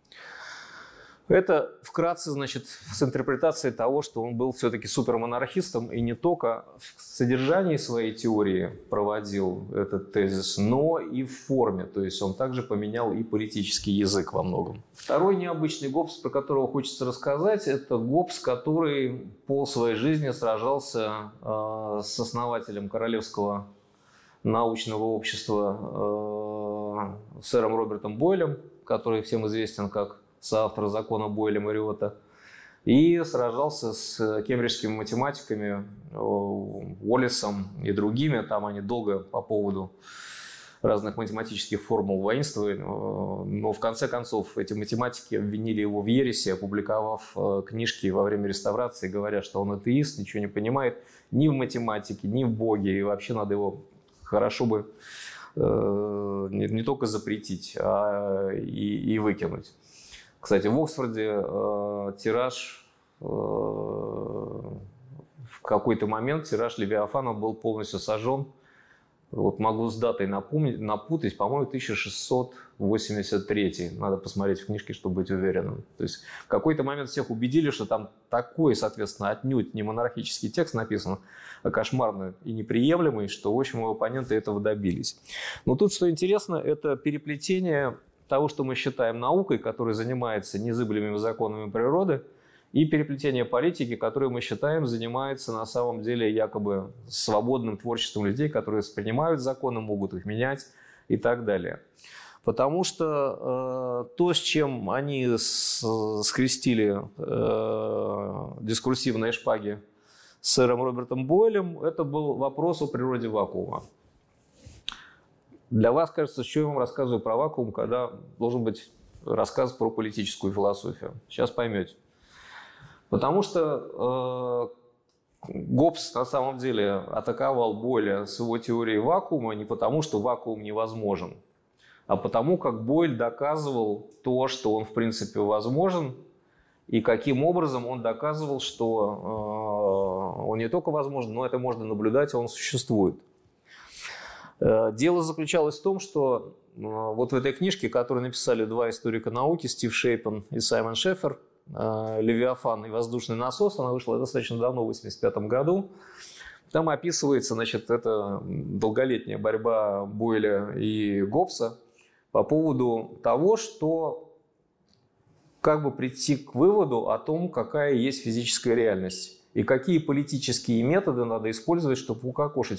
Это вкратце, значит, с интерпретацией того, что он был все-таки супермонархистом и не только в содержании своей теории проводил этот тезис, но и в форме. То есть он также поменял и политический язык во многом. Второй необычный Гоббс, про которого хочется рассказать, это Гоббс, который пол своей жизни сражался с основателем Королевского научного общества сэром Робертом Бойлем, который всем известен как соавтор закона Бойля-Мариотта, и сражался с кембриджскими математиками Уоллесом и другими. Там они долго по поводу разных математических формул воинствовали, но в конце концов эти математики обвинили его в ереси, опубликовав книжки во время реставрации, говоря, что он атеист, ничего не понимает ни в математике, ни в Боге, и вообще надо его хорошо бы не только запретить, а и выкинуть. Кстати, в Оксфорде тираж, в какой-то момент тираж Левиафана был полностью сожжен. Вот могу с датой напутать, по-моему, 1683. Надо посмотреть в книжке, чтобы быть уверенным. То есть в какой-то момент всех убедили, что там такой, соответственно, отнюдь не монархический текст написан, а кошмарный и неприемлемый, что, в общем, его оппоненты этого добились. Но тут, что интересно, это переплетение того, что мы считаем наукой, которая занимается незыблемыми законами природы, и переплетение политики, которое мы считаем занимается на самом деле якобы свободным творчеством людей, которые воспринимают законы, могут их менять и так далее. Потому что то, с чем они скрестили дискурсивные шпаги с сэром Робертом Бойлем, это был вопрос о природе вакуума. Для вас кажется, что я вам рассказываю про вакуум, когда должен быть рассказ про политическую философию. Сейчас поймете. Потому что Гоббс на самом деле атаковал Бойля с его теорией вакуума не потому, что вакуум невозможен, а потому, как Бойль доказывал то, что он в принципе возможен, и каким образом он доказывал, что он не только возможен, но это можно наблюдать, он существует. Дело заключалось в том, что вот в этой книжке, которую написали два историка науки, Стив Шейпен и Саймон Шефер, «Левиафан и воздушный насос», она вышла достаточно давно, в 1985 году. Там описывается, значит, это долголетняя борьба Бойля и Гоббса по поводу того, что как бы прийти к выводу о том, какая есть физическая реальность и какие политические методы надо использовать, чтобы укокошить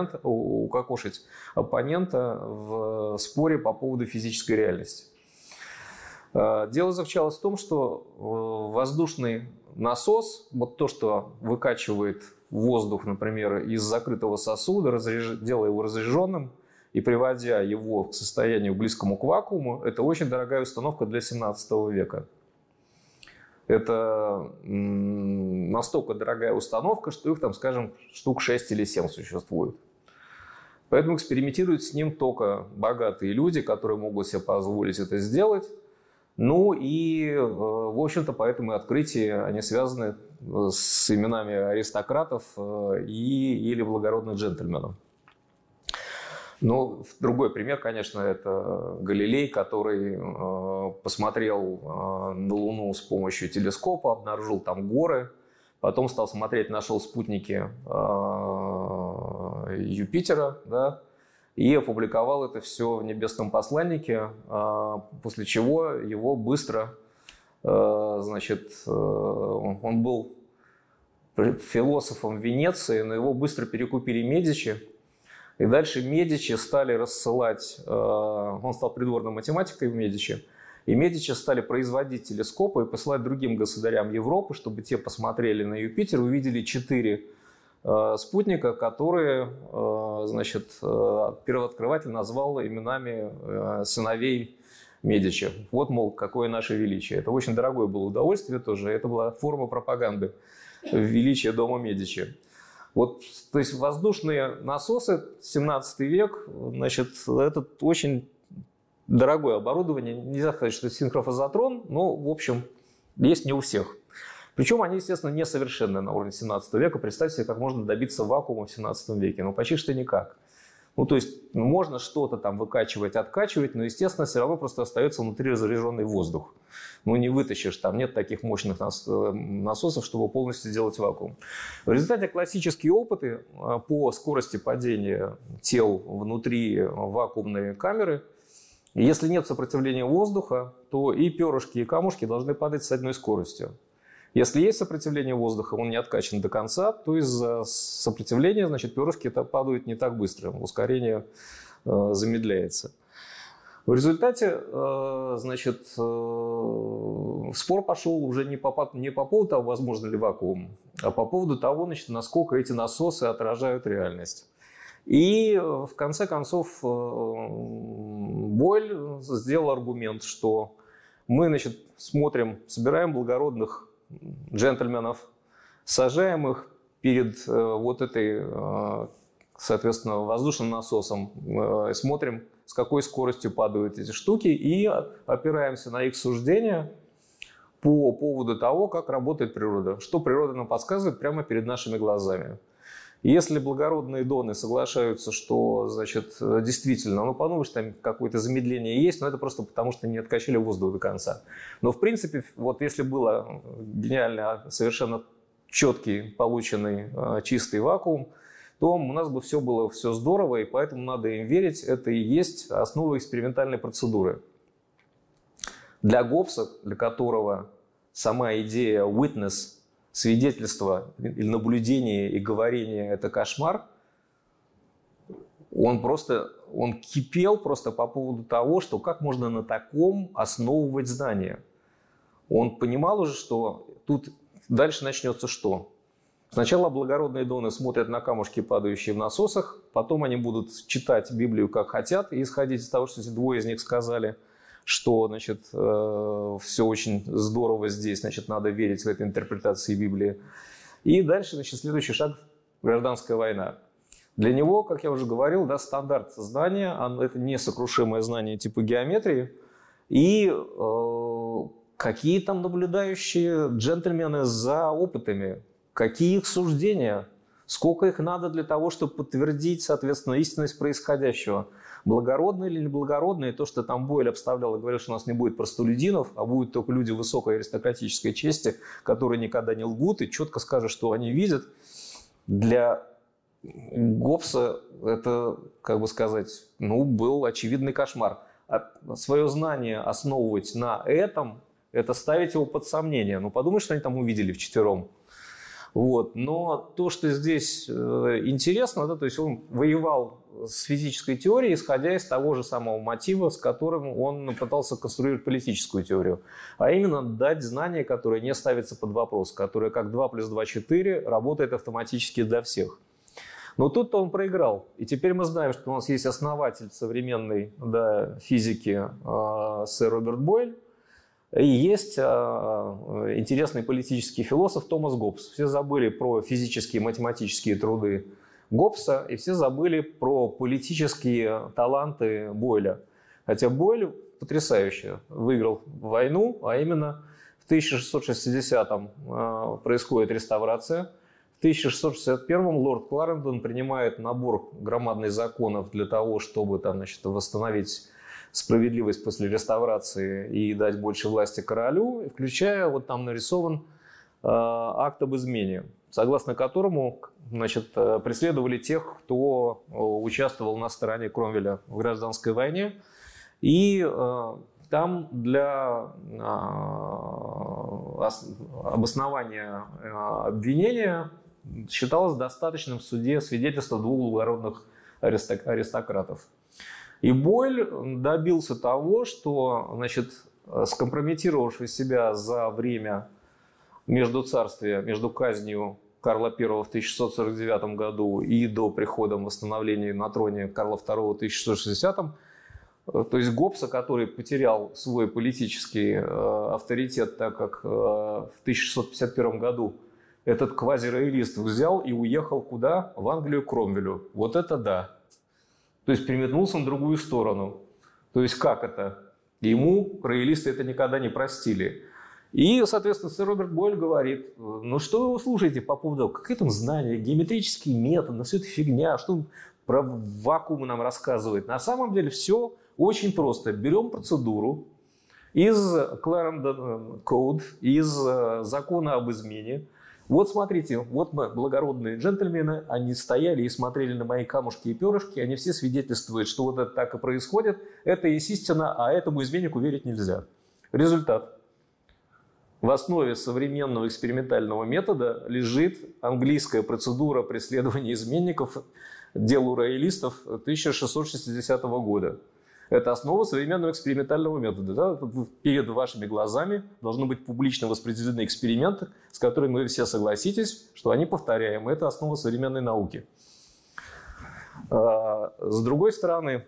оппонента в споре по поводу физической реальности. Дело заключалось в том, что воздушный насос, вот то, что выкачивает воздух, например, из закрытого сосуда, делая его разряженным и приводя его к состоянию близкому к вакууму, это очень дорогая установка для 17 века. Это настолько дорогая установка, что их там, скажем, штук 6 или 7 существует. Поэтому экспериментируют с ним только богатые люди, которые могут себе позволить это сделать. Ну и, в общем-то, поэтому и открытия, они связаны с именами аристократов или благородных джентльменов. Ну, другой пример, конечно, это Галилей, который посмотрел на Луну с помощью телескопа, обнаружил там горы, потом стал смотреть, нашел спутники Юпитера, да, и опубликовал это все в «Небесном посланнике», после чего его быстро, значит, он был философом в Венеции, но его быстро перекупили Медичи. И дальше Медичи стали рассылать, он стал придворным математиком в Медичи, и Медичи стали производить телескопы и посылать другим государям Европы, чтобы те посмотрели на Юпитер, увидели 4 спутника, которые, значит, первооткрыватель назвал именами сыновей Медичи. Вот, мол, какое наше величие. Это очень дорогое было удовольствие тоже, это была форма пропаганды величия дома Медичи. Вот, то есть воздушные насосы, 17 век, значит, это очень дорогое оборудование. Нельзя сказать, что это синхрофазотрон, но, в общем, есть не у всех. Причем они, естественно, несовершенны на уровне 17 века. Представьте себе, как можно добиться вакуума в 17 веке. Ну, почти что никак. Ну, то есть, можно что-то там выкачивать, откачивать, но, естественно, все равно просто остается внутри разряженный воздух. Ну, не вытащишь, там нет таких мощных насосов, чтобы полностью сделать вакуум. В результате классические опыты по скорости падения тел внутри вакуумной камеры, если нет сопротивления воздуха, то и перышки, и камушки должны падать с одной скоростью. Если есть сопротивление воздуха, он не откачан до конца, то из-за сопротивления, значит, перышки падают не так быстро, ускорение замедляется. В результате, значит, спор пошел уже не по поводу того, возможно ли вакуум, а по поводу того, значит, насколько эти насосы отражают реальность. И в конце концов Бойль сделал аргумент, что мы, значит, смотрим, собираем благородных джентльменов, сажаем их перед вот этой, соответственно, воздушным насосом, смотрим, с какой скоростью падают эти штуки, и опираемся на их суждения по поводу того, как работает природа, что природа нам подсказывает прямо перед нашими глазами. Если благородные доны соглашаются, что, значит, действительно, ну, подумаешь, там какое-то замедление есть, но это просто потому, что не откачали воздух до конца. Но, в принципе, вот если было гениально, совершенно четкий, полученный чистый вакуум, то у нас бы все было все здорово, и поэтому надо им верить. Это и есть основа экспериментальной процедуры. Для Гоббса, для которого сама идея witness, свидетельство или наблюдение и говорение – это кошмар, он кипел просто по поводу того, что как можно на таком основывать знания. Он понимал уже, что тут дальше начнется что? Сначала благородные доны смотрят на камушки, падающие в насосах, потом они будут читать Библию как хотят и исходить из того, что эти двое из них сказали, что, значит, все очень здорово здесь, значит, надо верить в этой интерпретации Библии. И дальше, значит, следующий шаг – гражданская война. Для него, как я уже говорил, да, стандарт знания – это несокрушимое знание типа геометрии. И какие там наблюдающие джентльмены за опытами, какие их суждения, сколько их надо для того, чтобы подтвердить, соответственно, истинность происходящего. Благородные или неблагородные, то, что там Бойль обставлял и говорил, что у нас не будет простолюдинов, а будут только люди высокой аристократической чести, которые никогда не лгут и четко скажут, что они видят. Для Гоббса это, как бы сказать, был очевидный кошмар. Свое знание основывать на этом, это ставить его под сомнение. Подумай, что они там увидели вчетвером. Вот. Но то, что здесь интересно, да, то есть он воевал с физической теорией, исходя из того же самого мотива, с которым он пытался конструировать политическую теорию. А именно дать знание, которое не ставится под вопрос, которое как 2 + 2 = 4, работает автоматически для всех. Но тут-то он проиграл. И теперь мы знаем, что у нас есть основатель современной физики сэр Роберт Бойль, и есть интересный политический философ Томас Гоббс. Все забыли про физические и математические труды Гоббса, и все забыли про политические таланты Бойля. Хотя Бойль потрясающе выиграл войну, а именно в 1660-м происходит реставрация. В 1661-м лорд Кларендон принимает набор громадных законов для того, чтобы восстановить справедливость после реставрации и дать больше власти королю, включая, там нарисован акт об измене, согласно которому преследовали тех, кто участвовал на стороне Кромвеля в гражданской войне. И там для обоснования обвинения считалось достаточным в суде свидетельство 2 благородных аристократов. И Бойль добился того, что, скомпрометировавший себя за время междуцарствия, между казнью Карла I в 1649 году и до прихода восстановления на троне Карла II в 1660, то есть Гоббса, который потерял свой политический авторитет, так как в 1651 году этот квазироялист взял и уехал куда? В Англию к Кромвелю. Вот это да! То есть переметнулся на другую сторону. То есть как это? Ему роялисты это никогда не простили. И, соответственно, сэр Роберт Бойль говорит: что вы слушаете по поводу, какие там знания, геометрический метод, все это фигня, что он про вакуумы нам рассказывает. На самом деле все очень просто. Берем процедуру из Clarendon Code, из закона об измене. Вот смотрите, вот мы, благородные джентльмены, они стояли и смотрели на мои камушки и перышки, они все свидетельствуют, что вот это так и происходит, это есть истина, а этому изменнику верить нельзя. Результат. В основе современного экспериментального метода лежит английская процедура преследования изменников делу роялистов 1660 года. Это основа современного экспериментального метода. Да? Перед вашими глазами должны быть публично воспроизведены эксперименты, с которыми вы все согласитесь, что они повторяемы. Это основа современной науки. С другой стороны,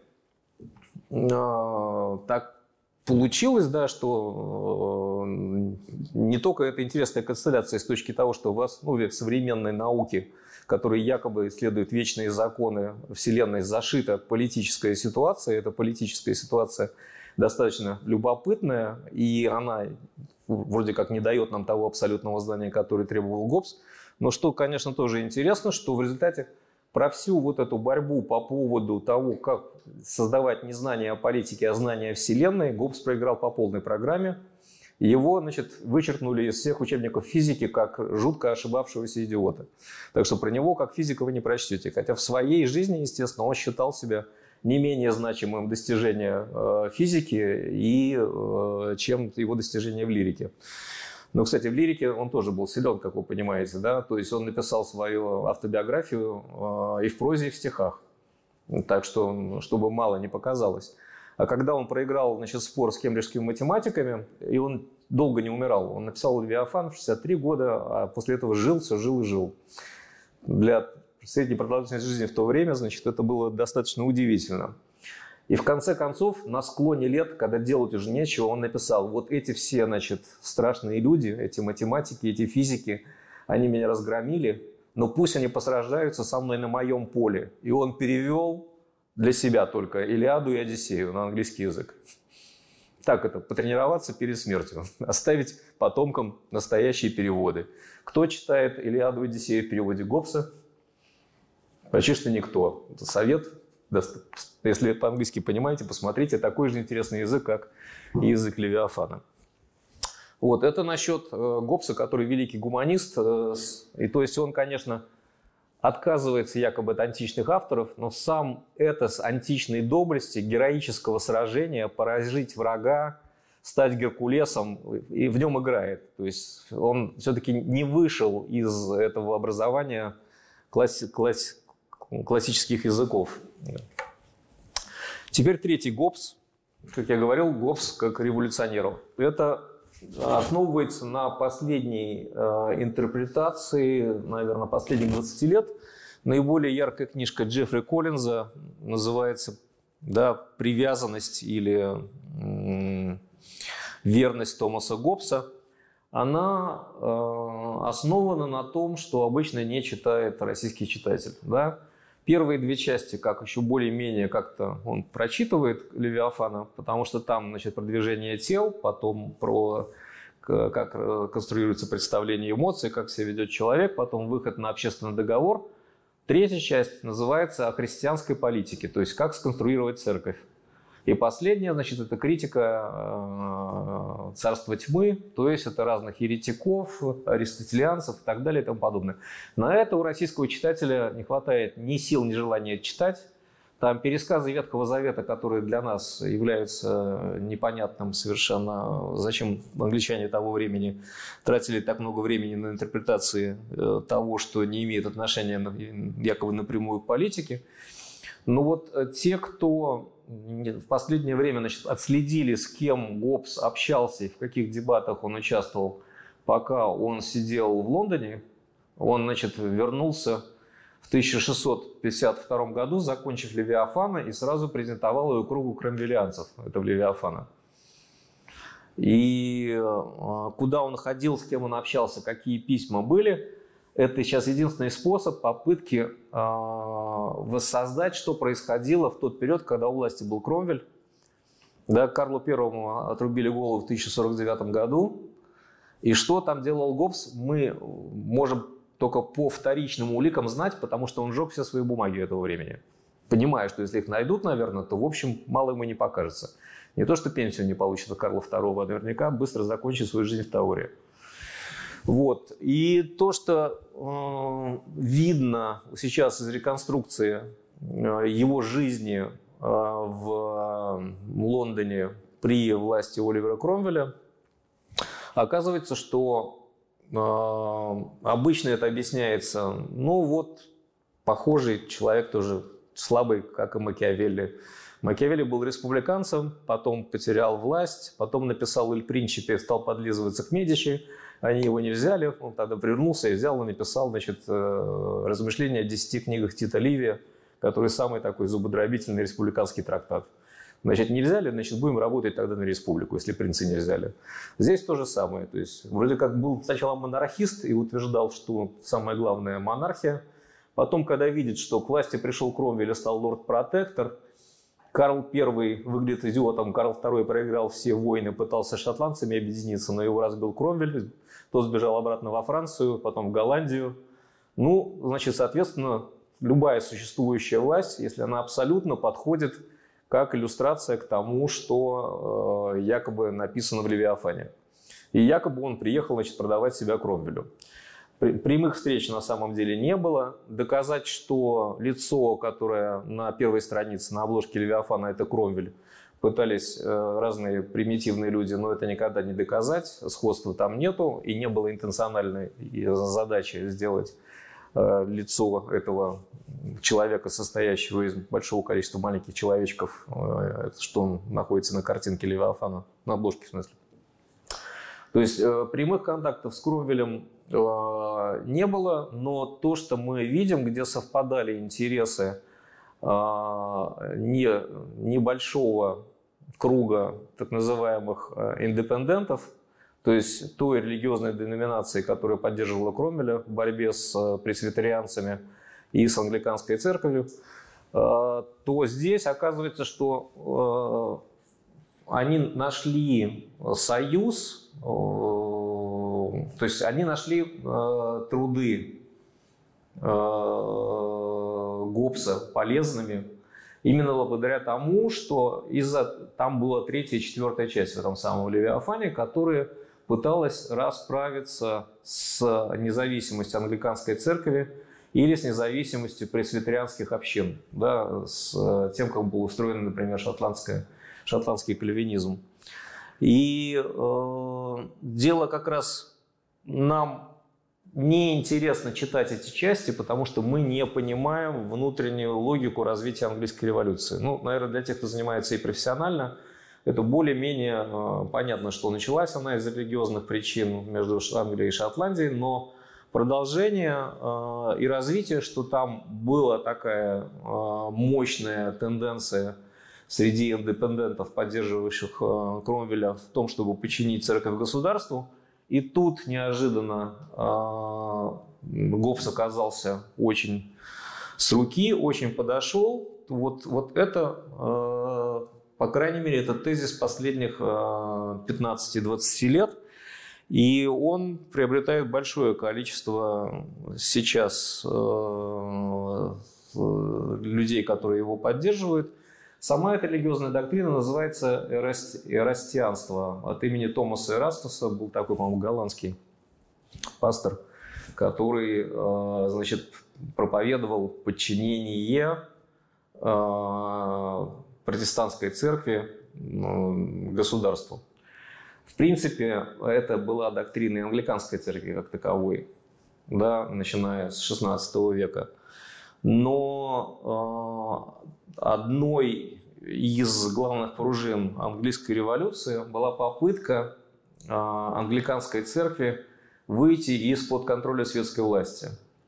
так получилось, да, что не только эта интересная констелляция с точки того, что в основе современной науки, которая якобы исследует вечные законы Вселенной, зашита политическая ситуация. Эта политическая ситуация достаточно любопытная, и она вроде как не дает нам того абсолютного знания, которое требовал Гоббс. Но что, конечно, тоже интересно, что в результате про всю вот эту борьбу по поводу того, как создавать не знание о политике, а знание о Вселенной, Гоббс проиграл по полной программе. Его, вычеркнули из всех учебников физики как жутко ошибавшегося идиота. Так что про него как физика вы не прочтете. Хотя в своей жизни, естественно, он считал себя не менее значимым достижением физики, чем его достижения в лирике. Но, кстати, в лирике он тоже был силен, как вы понимаете. Да? То есть он написал свою автобиографию и в прозе, и в стихах. Так что, чтобы мало не показалось. А когда он проиграл спор с кембриджскими математиками, и он долго не умирал, он написал «Левиафан» в 63 года, а после этого жил и жил. Для средней продолжительности жизни в то время, это было достаточно удивительно. И в конце концов, на склоне лет, когда делать уже нечего, он написал: вот эти все, страшные люди, эти математики, эти физики, они меня разгромили, но пусть они посражаются со мной на моем поле. И он перевел для себя только «Илиаду» и «Одиссею» на английский язык. Так это, потренироваться перед смертью, оставить потомкам настоящие переводы. Кто читает «Илиаду» и «Одиссею» в переводе Гоббса? Почти что никто. Это совет, если по-английски понимаете, посмотрите, такой же интересный язык, как и язык Левиафана. Вот, это насчет Гоббса, который великий гуманист. И то есть он, конечно, отказывается якобы от античных авторов, но сам этос античной доблести, героического сражения, поразить врага, стать Геркулесом, и в нем играет. То есть он все-таки не вышел из этого образования классических языков. Теперь третий Гоббс. Как я говорил, Гоббс как революционеру. Это основывается на последней интерпретации, наверное, последних 20 лет. Наиболее яркая книжка Джеффри Коллинза называется, да, «Привязанность» или «Верность Томаса Гоббса». Она основана на том, что обычно не читает российский читатель. Да? Первые две части, как еще более-менее как-то он прочитывает Левиафана, потому что там, значит, продвижение тел, потом про как конструируется представление эмоций, как себя ведет человек, потом выход на общественный договор. Третья часть называется «О христианской политике», то есть как сконструировать церковь. И последняя, значит, это критика царства тьмы, то есть это разных еретиков, аристотелианцев и так далее и тому подобное. На это у российского читателя не хватает ни сил, ни желания читать. Там пересказы Ветхого Завета, которые для нас являются непонятным совершенно, зачем англичане того времени тратили так много времени на интерпретации того, что не имеет отношения якобы напрямую к политике. Но вот те, кто в последнее время, значит, отследили, с кем Гоббс общался и в каких дебатах он участвовал, пока он сидел в Лондоне, он, значит, вернулся в 1652 году, закончив Левиафана, и сразу презентовал его кругу кромвелианцев, этого Левиафана. И куда он ходил, с кем он общался, какие письма были, это сейчас единственный способ попытки воссоздать, что происходило в тот период, когда у власти был Кромвель. Да, Карлу Первому отрубили голову в 1049 году. И что там делал Гоббс, мы можем только по вторичным уликам знать, потому что он сжег все свои бумаги этого времени. Понимая, что если их найдут, наверное, то, в общем, мало ему не покажется. Не то, что пенсию не получит от Карла II, а наверняка быстро закончит свою жизнь в Тауре. Вот. И то, что видно сейчас из реконструкции его жизни в Лондоне при власти Оливера Кромвеля, оказывается, что обычно это объясняется, ну вот, похожий человек тоже слабый, как и Макиавелли. Макиавелли был республиканцем, потом потерял власть, потом написал «Иль Принчипе», стал подлизываться к Медичи. Они его не взяли, он тогда вернулся и взял и написал, значит, размышления о 10 книгах Тита Ливия, который самый такой зубодробительный республиканский трактат. Значит, не взяли, значит, будем работать тогда на республику, если принцы не взяли. Здесь то же самое. То есть, вроде как был сначала монархист и утверждал, что самое главное – монархия. Потом, когда видит, что к власти пришел Кромвель и стал лорд-протектор, Карл I выглядит идиотом, Карл II проиграл все войны, пытался с шотландцами объединиться, но его разбил Кромвель, тот сбежал обратно во Францию, потом в Голландию. Ну, значит, соответственно, любая существующая власть, если она абсолютно подходит как иллюстрация к тому, что якобы написано в Левиафане. И якобы он приехал, значит, продавать себя Кромвелю. Прямых встреч на самом деле не было. Доказать, что лицо, которое на первой странице, на обложке Левиафана, это Кромвель, пытались разные примитивные люди, но это никогда не доказать. Сходства там нету, и не было интенциональной задачи сделать лицо этого человека, состоящего из большого количества маленьких человечков, что он находится на картинке Левиафана, на обложке в смысле. То есть прямых контактов с Кромвелем не было, но то, что мы видим, где совпадали интересы небольшого круга так называемых индепендентов, то есть той религиозной деноминации, которая поддерживала Кромвеля в борьбе с пресвитерианцами и с англиканской церковью, то здесь оказывается, что они нашли союз, то есть они нашли труды Гоббса полезными именно благодаря тому, что там была 3-я и 4-я часть в этом самом Левиафане, которая пыталась расправиться с независимостью англиканской церкви или с независимостью пресвитерианских общин, да, с тем, как был устроен, например, шотландский кальвинизм. И дело как раз нам неинтересно читать эти части, потому что мы не понимаем внутреннюю логику развития английской революции. Ну, наверное, для тех, кто занимается и профессионально, это более-менее понятно, что началась она из религиозных причин между Англией и Шотландией, но продолжение и развитие, что там была такая мощная тенденция среди индепендентов, поддерживающих Кромвеля, в том, чтобы подчинить церковь государству. И тут неожиданно Гоббс оказался очень с руки, очень подошел. Вот это, по крайней мере, это тезис последних 15-20 лет. И он приобретает большое количество сейчас людей, которые его поддерживают. Сама эта религиозная доктрина называется эрастианство. От имени Томаса Эрастуса, был такой, по-моему, голландский пастор, который, значит, проповедовал подчинение протестантской церкви государству. В принципе, это была доктрина англиканской церкви как таковой, да, начиная с XVI века. Но одной из главных пружин английской революции была попытка англиканской церкви выйти из-под контроля светской власти.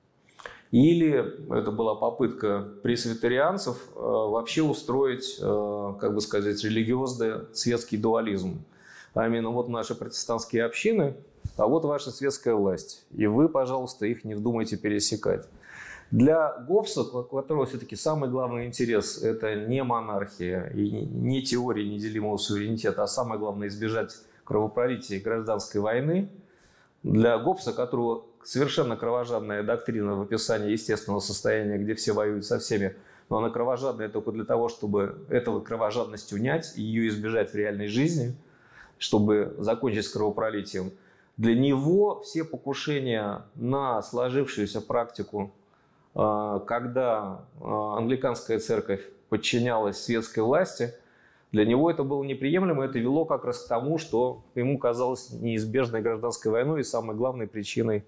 Или это была попытка пресвитерианцев вообще устроить, как бы сказать, религиозный светский дуализм. А именно, вот наши протестантские общины, а вот ваша светская власть. И вы, пожалуйста, их не вздумайте пересекать. Для Гоббса, у которого все-таки самый главный интерес – это не монархия, и не теория неделимого суверенитета, а самое главное – избежать кровопролития и гражданской войны. Для Гоббса, которого совершенно кровожадная доктрина в описании естественного состояния, где все воюют со всеми, но она кровожадная только для того, чтобы эту кровожадность унять и ее избежать в реальной жизни, чтобы закончить с кровопролитием. Для него все покушения на сложившуюся практику, когда англиканская церковь подчинялась светской власти, для него это было неприемлемо, это вело как раз к тому, что ему казалось неизбежной гражданской войной и самой главной причиной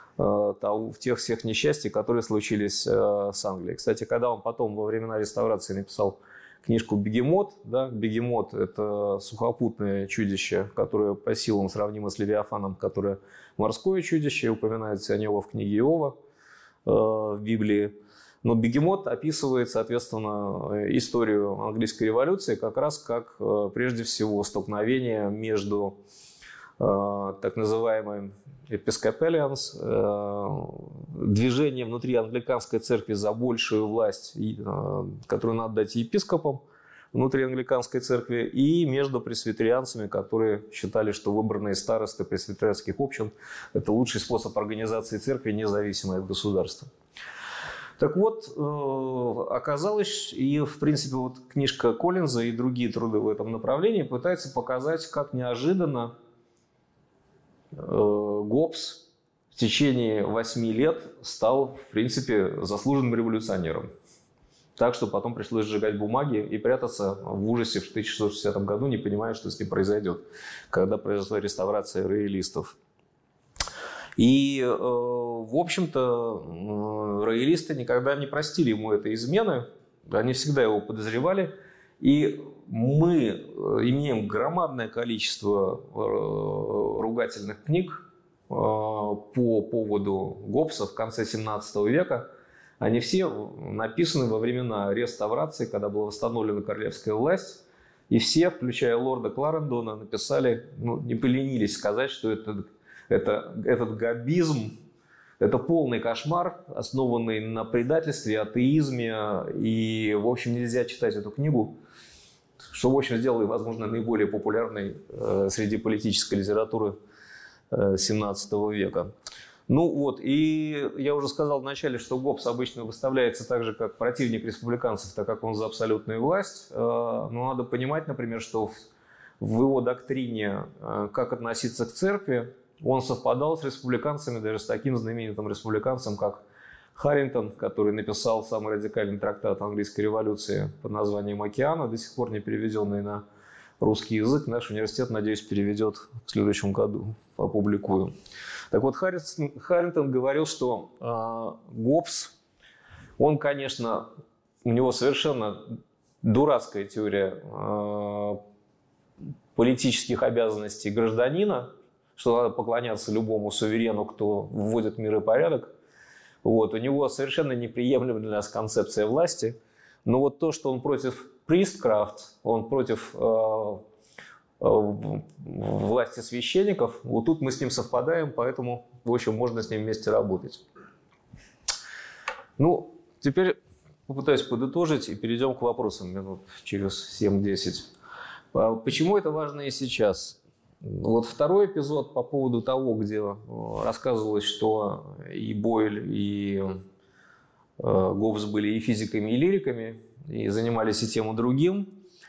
тех всех несчастий, которые случились с Англией. Кстати, когда он потом во времена реставрации написал книжку «Бегемот», да, бегемот – это сухопутное чудище, которое по силам сравнимо с Левиафаном, которое морское чудище, упоминается о него в книге Иова, в Библии. Но бегемот описывает, соответственно, историю английской революции как раз как, прежде всего, столкновение между так называемым Episcopalians, движение внутри англиканской церкви за большую власть, которую надо дать епископам внутри англиканской церкви, и между пресвитерианцами, которые считали, что выбранные старосты пресвитерианских общин – это лучший способ организации церкви, независимой от государства. Так вот, оказалось, и в принципе вот книжка Коллинза и другие труды в этом направлении пытаются показать, как неожиданно Гоббс в течение 8 лет стал, в принципе, заслуженным революционером. Так что потом пришлось сжигать бумаги и прятаться в ужасе в 1660 году, не понимая, что с ним произойдет, когда произошла реставрация роялистов. И, в общем-то, роялисты никогда не простили ему этой измены, они всегда его подозревали. И мы имеем громадное количество ругательных книг по поводу Гоббса в конце 17 века. Они все написаны во времена реставрации, когда была восстановлена королевская власть. И все, включая лорда Кларендона, написали, не поленились сказать, что этот гоббизм – это полный кошмар, основанный на предательстве, атеизме. И, в общем, нельзя читать эту книгу, что, в общем, сделало, возможно, наиболее популярной среди политической литературы XVII века. Ну вот, и я уже сказал вначале, что Гоббс обычно выставляется так же, как противник республиканцев, так как он за абсолютную власть. Но надо понимать, например, что в его доктрине, как относиться к церкви, он совпадал с республиканцами, даже с таким знаменитым республиканцем, как Харрингтон, который написал самый радикальный трактат английской революции под названием «Океана», до сих пор не переведенный на русский язык. Наш университет, надеюсь, переведет в следующем году, опубликую. Так вот, Харрингтон говорил, что Гоббс, он, конечно, у него совершенно дурацкая теория политических обязанностей гражданина, что надо поклоняться любому суверену, кто вводит мир и порядок. Вот. У него совершенно неприемлема для нас концепция власти. Но вот то, что он против priestcraft, он против власти священников, вот тут мы с ним совпадаем, поэтому, в общем, можно с ним вместе работать. Ну, теперь попытаюсь подытожить и перейдем к вопросам минут через 7-10. Почему это важно и сейчас? Вот второй эпизод по поводу того, где рассказывалось, что и Бойль, и Гоббс были и физиками, и лириками, и занимались и тем, и другим.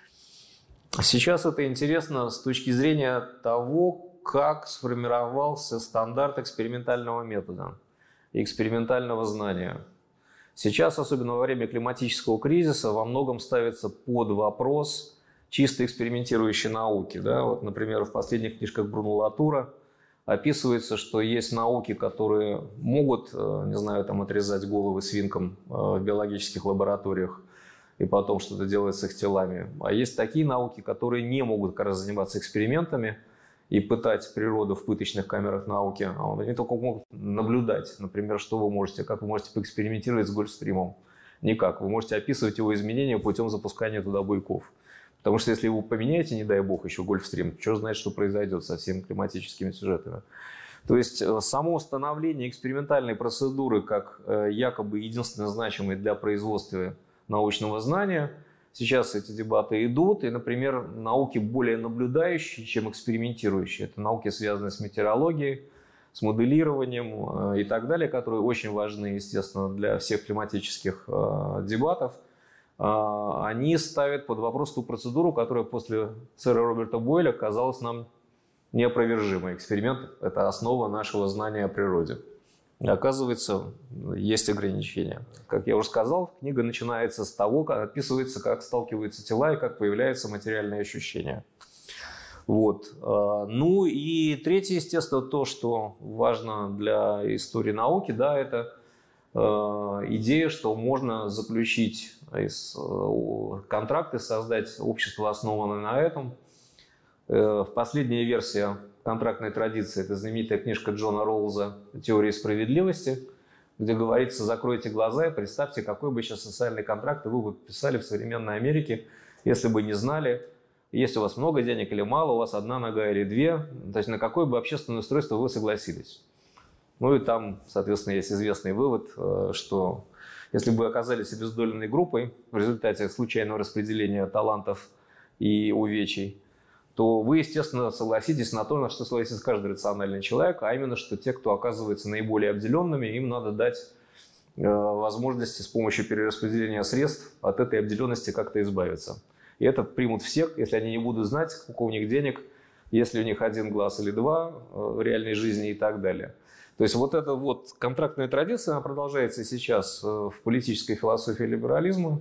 Сейчас это интересно с точки зрения того, как сформировался стандарт экспериментального метода и экспериментального знания. Сейчас, особенно во время климатического кризиса, во многом ставится под вопрос чисто экспериментирующей науки. Да? Вот, например, в последних книжках Бруно Латура описывается, что есть науки, которые могут, не знаю, там, отрезать головы свинкам в биологических лабораториях и потом что-то делать с их телами. А есть такие науки, которые не могут как раз заниматься экспериментами и пытать природу в пыточных камерах науки. Они только могут наблюдать, например, что вы можете, как вы можете поэкспериментировать с Гольфстримом. Никак. Вы можете описывать его изменения путем запускания туда буйков. Потому что если вы поменяете, не дай бог, еще Гольфстрим, черт знает, что произойдет со всеми климатическими сюжетами. То есть само установление экспериментальной процедуры как якобы единственно значимой для производства научного знания, сейчас эти дебаты идут, и, например, науки более наблюдающие, чем экспериментирующие. Это науки, связанные с метеорологией, с моделированием и так далее, которые очень важны, естественно, для всех климатических дебатов. Они ставят под вопрос ту процедуру, которая после сэра Роберта Бойля казалась нам неопровержимой. Эксперимент – это основа нашего знания о природе. Оказывается, есть ограничения. Как я уже сказал, книга начинается с того, как описывается, как сталкиваются тела и как появляются материальные ощущения. Вот. Ну и третье, естественно, то, что важно для истории науки, да, это идея, что можно заключить контракты, создать общество, основанное на этом. В последняя версия контрактной традиции – это знаменитая книжка Джона Роуза «Теория справедливости», где говорится: закройте глаза и представьте, какой бы сейчас социальный контракт вы бы подписали в современной Америке, если бы не знали, есть у вас много денег или мало, у вас одна нога или две, то есть на какое бы общественное устройство вы согласились. Ну и там, соответственно, есть известный вывод, что если бы вы оказались обездоленной группой в результате случайного распределения талантов и увечий, то вы, естественно, согласитесь на то, на что согласится каждый рациональный человек, а именно, что те, кто оказывается наиболее обделенными, им надо дать возможности с помощью перераспределения средств от этой обделенности как-то избавиться. И это примут всех, если они не будут знать, сколько у них денег, если у них один глаз или два в реальной жизни и так далее. То есть вот эта вот контрактная традиция, она продолжается сейчас в политической философии либерализма.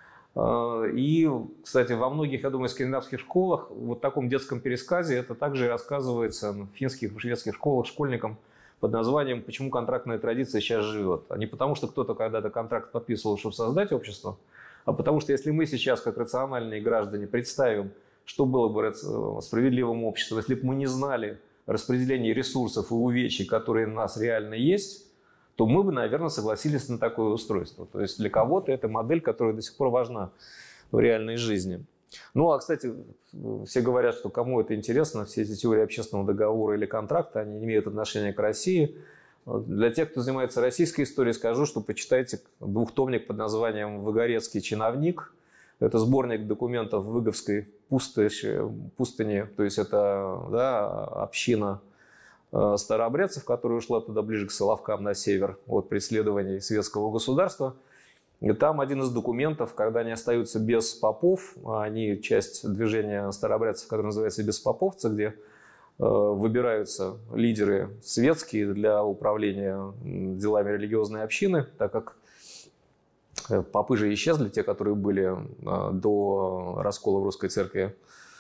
И, кстати, во многих, я думаю, скандинавских школах, вот в таком детском пересказе это также рассказывается в финских, в шведских школах школьникам под названием «Почему контрактная традиция сейчас живет». А не потому, что кто-то когда-то контракт подписывал, чтобы создать общество, а потому что если мы сейчас, как рациональные граждане, представим, что было бы справедливым обществом, если бы мы не знали распределение ресурсов и увечий, которые у нас реально есть, то мы бы, наверное, согласились на такое устройство. То есть для кого-то это модель, которая до сих пор важна в реальной жизни. Ну, а, кстати, все говорят, что кому это интересно, все эти теории общественного договора или контракта, они не имеют отношения к России. Для тех, кто занимается российской историей, скажу, что почитайте двухтомник под названием «Выгорецкий чиновник». Это сборник документов Выговской пустыни, то есть это, да, община старообрядцев, которая ушла туда ближе к Соловкам на север от преследований светского государства. И там один из документов, когда они остаются без попов, они часть движения старообрядцев, которое называется «Беспоповцы», где выбираются лидеры светские для управления делами религиозной общины, так как попы же исчезли, те, которые были до раскола в русской церкви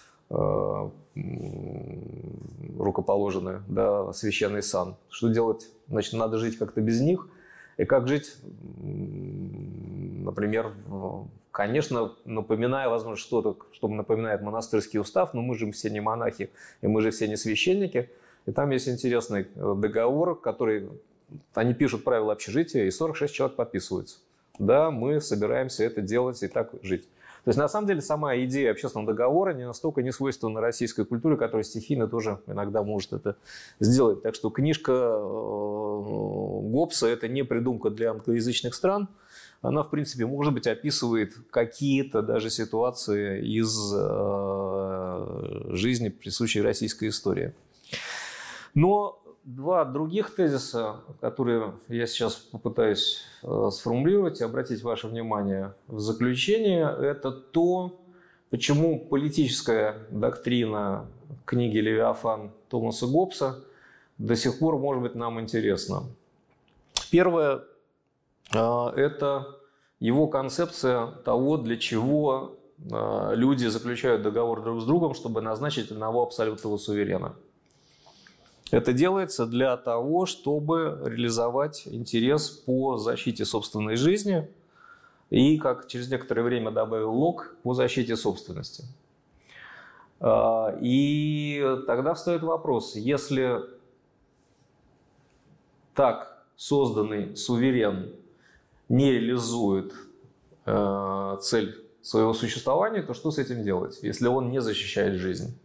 рукоположены, да, священный сан. Что делать? Значит, надо жить как-то без них. И как жить, например, конечно, напоминая, возможно, что-то, что напоминает монастырский устав, но мы же все не монахи, и мы же все не священники. И там есть интересный договор, который они пишут правила общежития, и 46 человек подписываются. Да, мы собираемся это делать и так жить. То есть, на самом деле, сама идея общественного договора не настолько не свойственна российской культуре, которая стихийно тоже иногда может это сделать. Так что книжка Гоббса – это не придумка для англоязычных стран. Она, в принципе, может быть, описывает какие-то даже ситуации из жизни, присущей российской истории. Но два других тезиса, которые я сейчас попытаюсь сформулировать и обратить ваше внимание в заключение, это то, почему политическая доктрина книги «Левиафан» Томаса Гоббса до сих пор может быть нам интересна. Первое – это его концепция того, для чего люди заключают договор друг с другом, чтобы назначить одного абсолютного суверена. Это делается для того, чтобы реализовать интерес по защите собственной жизни и, как через некоторое время добавил Лок, по защите собственности. И тогда встает вопрос, если так созданный суверен не реализует цель своего существования, то что с этим делать, если он не защищает жизнь?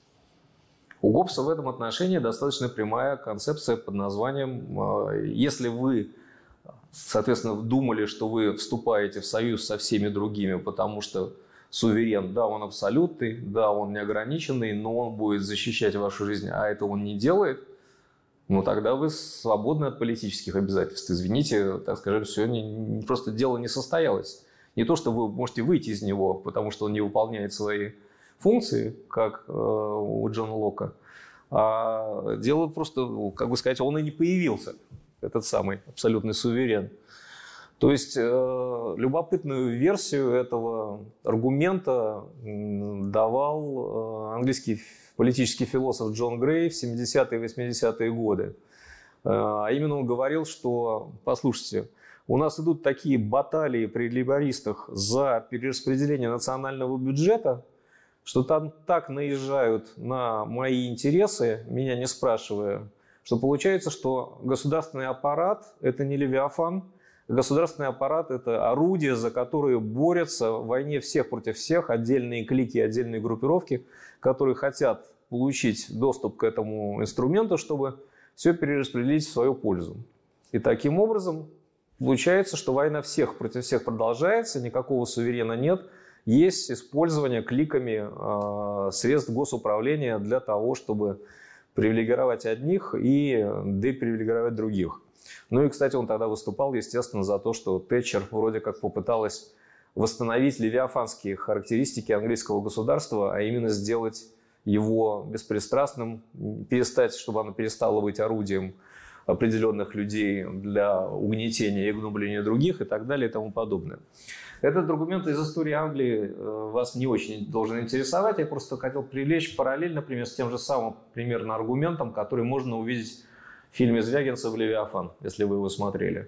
У Гоббса в этом отношении достаточно прямая концепция под названием «Если вы, соответственно, думали, что вы вступаете в союз со всеми другими, потому что суверен, да, он абсолютный, да, он неограниченный, но он будет защищать вашу жизнь, а это он не делает, ну тогда вы свободны от политических обязательств. Извините, так скажем, все, просто дело не состоялось. Не то, что вы можете выйти из него, потому что он не выполняет свои функции, как у Джона Лока, а дело просто, как бы сказать, он и не появился, этот самый абсолютный суверен. То есть любопытную версию этого аргумента давал английский политический философ Джон Грей в 70-е и 80-е годы. А именно он говорил, что, послушайте, у нас идут такие баталии при лейбористах за перераспределение национального бюджета, что там так наезжают на мои интересы, меня не спрашивая, что получается, что государственный аппарат – это не Левиафан, государственный аппарат – это орудие, за которое борются в войне всех против всех, отдельные клики, отдельные группировки, которые хотят получить доступ к этому инструменту, чтобы все перераспределить в свою пользу. И таким образом получается, что война всех против всех продолжается, никакого суверена нет, есть использование кликами средств госуправления для того, чтобы привилегировать одних и депривилегировать других. Ну и, кстати, он тогда выступал, естественно, за то, что Тэтчер вроде как попыталась восстановить левиафанские характеристики английского государства, а именно сделать его беспристрастным, перестать, чтобы оно перестало быть орудием определенных людей для угнетения и гнобления других и так далее и тому подобное. Этот аргумент из истории Англии вас не очень должен интересовать. Я просто хотел привлечь параллель, например, с тем же самым примерно аргументом, который можно увидеть в фильме Звягинцева «Левиафан», если вы его смотрели.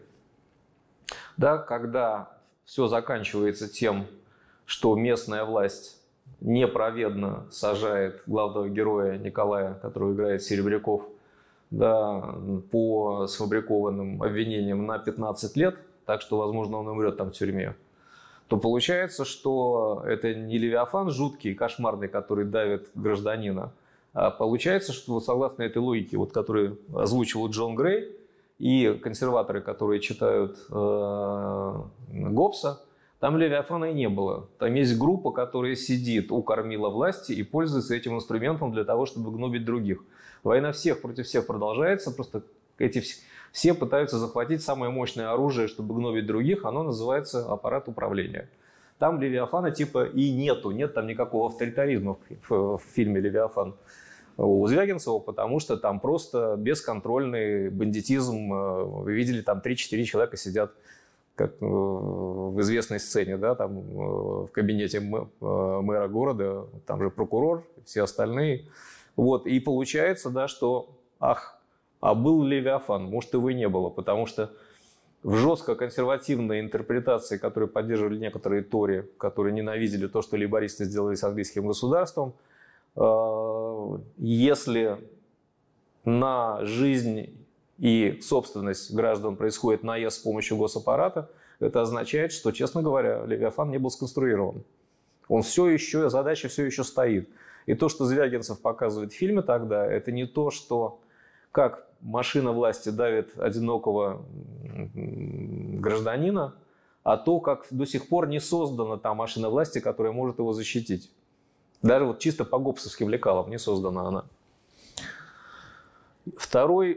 Да, когда все заканчивается тем, что местная власть неправедно сажает главного героя Николая, которого играет Серебряков, да, по сфабрикованным обвинениям на 15 лет, так что, возможно, он умрет там в тюрьме, то получается, что это не Левиафан жуткий, кошмарный, который давит гражданина, а получается, что согласно этой логике, вот, которую озвучивал Джон Грей и консерваторы, которые читают Гоббса, там Левиафана и не было. Там есть группа, которая сидит у кормила власти и пользуется этим инструментом для того, чтобы гнобить других. Война всех против всех продолжается, просто эти все пытаются захватить самое мощное оружие, чтобы гнобить других, оно называется аппарат управления. Там Левиафана типа и нету, нет там никакого авторитаризма в фильме «Левиафан». у Звягинцева, потому что там просто бесконтрольный бандитизм. Вы видели, там 3-4 человека сидят, как в известной сцене, да, там в кабинете мэра города, там же прокурор, все остальные. Вот, и получается, да, что, а был Левиафан, может, его и не было, потому что в жестко консервативной интерпретации, которую поддерживали некоторые тори, которые ненавидели то, что лейбористы сделали с английским государством, если на жизнь и собственность граждан происходит наезд с помощью госаппарата, это означает, что, честно говоря, Левиафан не был сконструирован. Он все еще, задача все еще стоит. И то, что Звягинцев показывает в фильме тогда, это не то, что как машина власти давит одинокого гражданина, а то, как до сих пор не создана та машина власти, которая может его защитить. Даже вот чисто по гоббсовским лекалам не создана она. Второй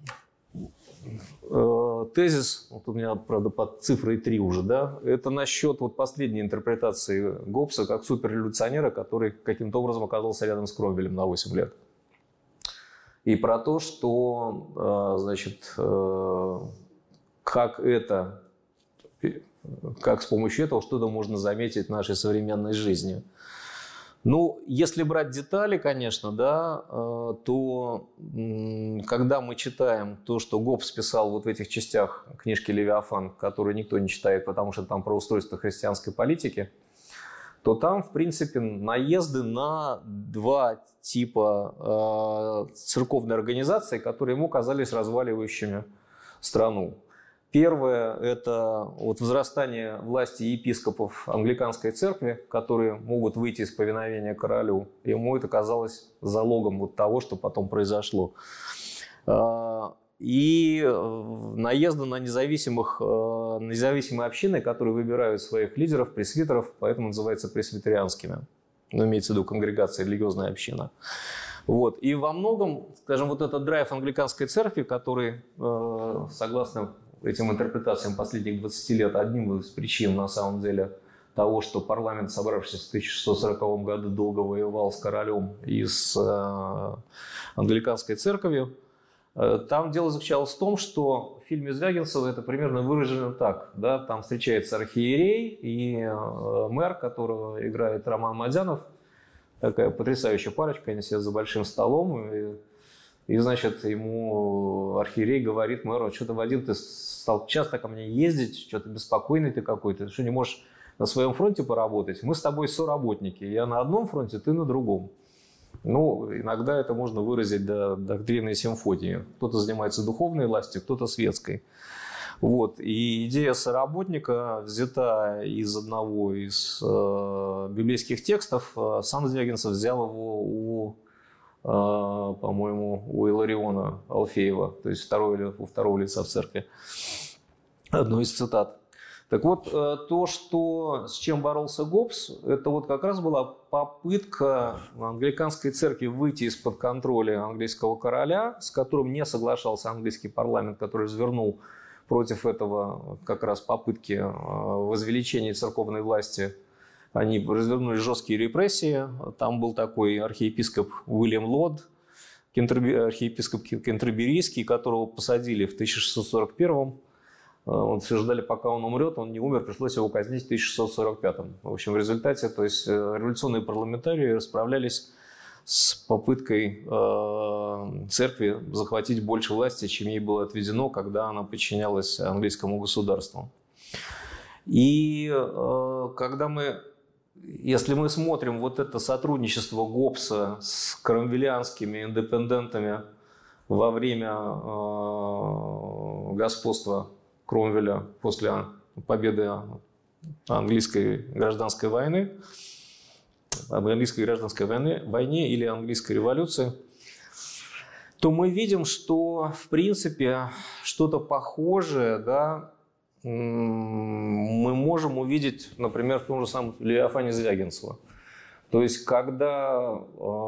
тезис, вот у меня, правда, под цифрой 3 уже, да, это насчет вот последней интерпретации Гоббса как суперреволюционера, который каким-то образом оказался рядом с Кромвелем на 8 лет. И про то, что, значит, как с помощью этого что-то можно заметить в нашей современной жизни. Ну, если брать детали, конечно, да, то когда мы читаем то, что Гоббс писал вот в этих частях книжки «Левиафан», которую никто не читает, потому что там про устройство христианской политики, то там, в принципе, наезды на два типа церковной организации, которые ему казались разваливающими страну. Первое – это вот возрастание власти епископов англиканской церкви, которые могут выйти из повиновения королю. Ему это казалось залогом вот того, что потом произошло. И наезды на независимые общины, которые выбирают своих лидеров, пресвитеров, поэтому называются пресвитерианскими. Ну, имеется в виду конгрегация, религиозная община. Вот. И во многом, скажем, вот этот драйв англиканской церкви, который, согласно этим интерпретациям последних 20 лет, одним из причин, на самом деле, того, что парламент, собравшись в 1640 году, долго воевал с королем и с англиканской церковью, там дело заключалось в том, что в фильме Звягинцева это примерно выражено так. Да? Там встречается архиерей и мэр, которого играет Роман Мадянов. Такая потрясающая парочка, они сидят за большим столом. И значит, ему архиерей говорит мэру: что-то, Вадим, ты стал часто ко мне ездить, что-то беспокойный ты какой-то, что не можешь на своем фронте поработать? Мы с тобой соработники, я на одном фронте, ты на другом. Ну, иногда это можно выразить до доктриной симфонии. Кто-то занимается духовной властью, кто-то светской. Вот. И идея соработника взята из одного из библейских текстов. Сам Звягинцев взял его по-моему, у Илариона Алфеева, то есть у второго лица в церкви. Одну из цитат. Так вот, то, с чем боролся Гоббс, это вот как раз была попытка англиканской церкви выйти из-под контроля английского короля, с которым не соглашался английский парламент, который развернул против этого как раз попытки возвеличения церковной власти. Они развернули жесткие репрессии. Там был такой архиепископ Уильям Лодд, архиепископ Кентерберийский, которого посадили в 1641-м. Он все ждали, пока он умрет, он не умер, пришлось его казнить в 1645-м. В общем, в результате, то есть революционные парламентарии расправлялись с попыткой церкви захватить больше власти, чем ей было отведено, когда она подчинялась английскому государству. И если мы смотрим вот это сотрудничество Гоббса с кромвелианскими индепендентами во время господства Кромвеля после победы английской гражданской войны или английской революции, то мы видим, что в принципе что-то похожее, да, мы можем увидеть, например, в том же самом Левиафане Звягинцева. То есть, когда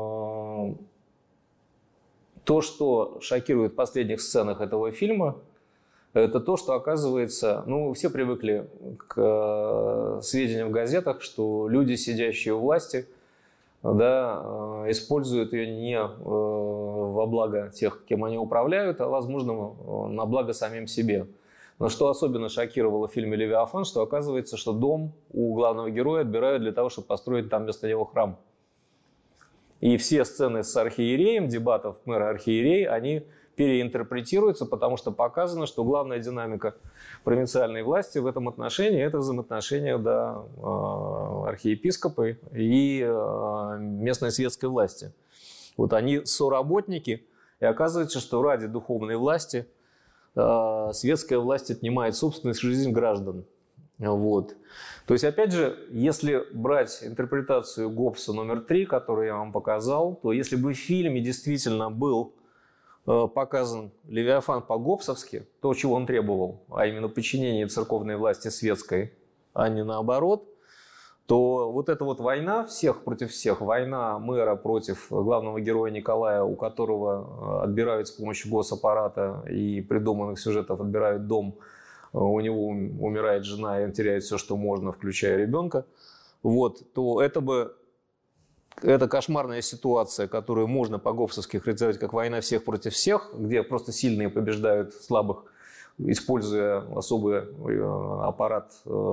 то, что шокирует в последних сценах этого фильма, это то, что оказывается, ну, все привыкли к сведениям в газетах, что люди, сидящие у власти, да, используют ее не во благо тех, кем они управляют, а, возможно, на благо самим себе. Но что особенно шокировало в фильме «Левиафан», что оказывается, что дом у главного героя отбирают для того, чтобы построить там вместо него храм. И все сцены с архиереем, дебатов мэра-архиерей, они переинтерпретируются, потому что показано, что главная динамика провинциальной власти в этом отношении – это взаимоотношения архиепископа и местной светской власти. Вот они соработники, и оказывается, что ради духовной власти светская власть отнимает собственность жизнь граждан. Вот. То есть, опять же, если брать интерпретацию Гоббса номер 3, которую я вам показал, то если бы в фильме действительно был показан Левиафан по-гоббсовски, то, чего он требовал, а именно подчинение церковной власти светской, а не наоборот, то вот эта вот война всех против всех, война мэра против главного героя Николая, у которого отбирают с помощью госаппарата и придуманных сюжетов отбирают дом, у него умирает жена, и он теряет все, что можно, включая ребенка, вот, то это кошмарная ситуация, которую можно по-гоббсовски характеризовать как война всех против всех, где просто сильные побеждают слабых, используя особый аппарат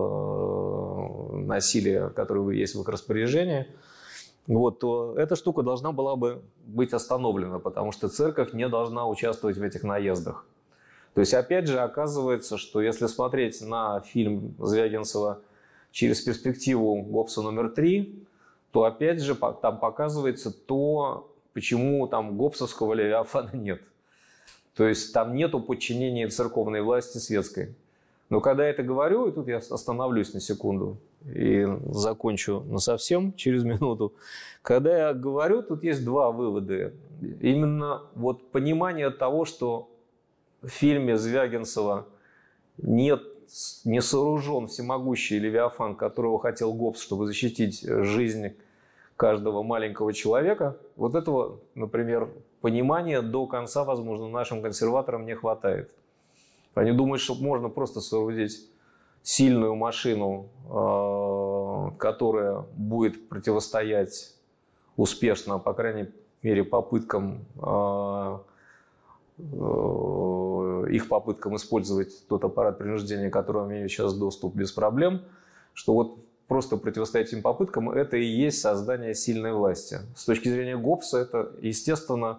насилия, который есть в их распоряжении, вот, то эта штука должна была бы быть остановлена, потому что церковь не должна участвовать в этих наездах. То есть, опять же, оказывается, что если смотреть на фильм Звягинцева через перспективу Гоббса номер 3, то, опять же, там показывается то, почему там гоббсовского Левиафана нет. То есть, там нету подчинения церковной власти светской. Но когда я это говорю, и тут я остановлюсь на секунду и закончу насовсем через минуту. Когда я говорю, тут есть два вывода. Именно вот понимание того, что в фильме Звягинцева не сооружен всемогущий Левиафан, которого хотел Гоббс, чтобы защитить жизнь каждого маленького человека. Вот этого, например, понимания до конца, возможно, нашим консерваторам не хватает. Они думают, что можно просто соорудить сильную машину, которая будет противостоять успешно, по крайней мере, их попыткам использовать тот аппарат принуждения, к которому имеют сейчас доступ без проблем, что вот просто противостоять этим попыткам – это и есть создание сильной власти. С точки зрения Гоббса это, естественно,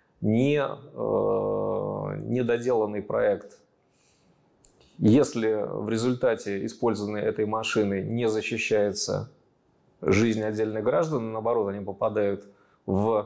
недоделанный проект. Если в результате использованной этой машины не защищается жизнь отдельных граждан, наоборот, они попадают в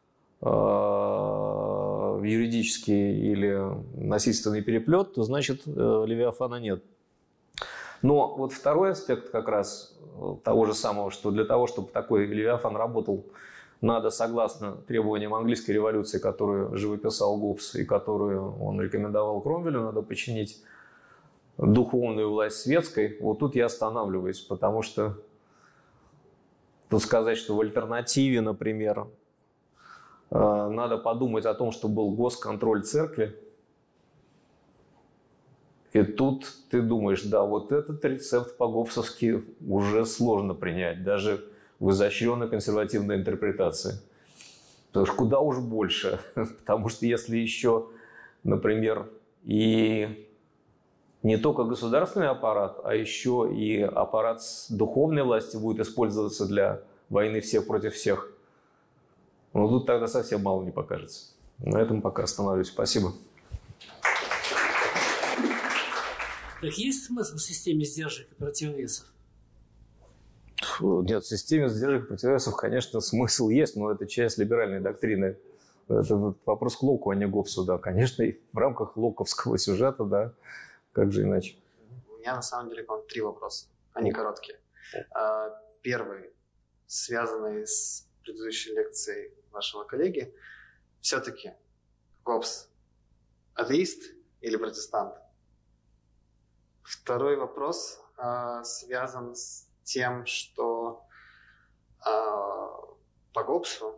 юридический или насильственный переплет, то значит Левиафана нет. Но вот второй аспект как раз того же самого, что для того, чтобы такой Левиафан работал, надо, согласно требованиям английской революции, которую живописал Гоббс и которую он рекомендовал Кромвелю, надо подчинить духовную власть светской. Вот тут я останавливаюсь, потому что тут сказать, что в альтернативе, например, надо подумать о том, что был госконтроль церкви. И тут ты думаешь, да, вот этот рецепт по-гоббсовски уже сложно принять, даже в изощренной консервативной интерпретации. Потому что куда уж больше. Потому что если еще, например, и не только государственный аппарат, а еще и аппарат духовной власти будет использоваться для войны всех против всех, ну тут тогда совсем мало не покажется. На этом пока остановлюсь. Спасибо. Так есть смысл в системе сдержек и противовесов? Нет, в системе сдержек и противовесов, конечно, смысл есть, но это часть либеральной доктрины. Это вопрос к Локу, а не Гоббсу, да. Конечно, и в рамках локовского сюжета, да. Как же иначе? У меня, на самом деле, к вам 3 вопроса. Они короткие. Первый, связанный с предыдущей лекцией вашего коллеги. Все-таки Гоббс атеист или протестант? Второй вопрос связан с тем, что по Гоббсу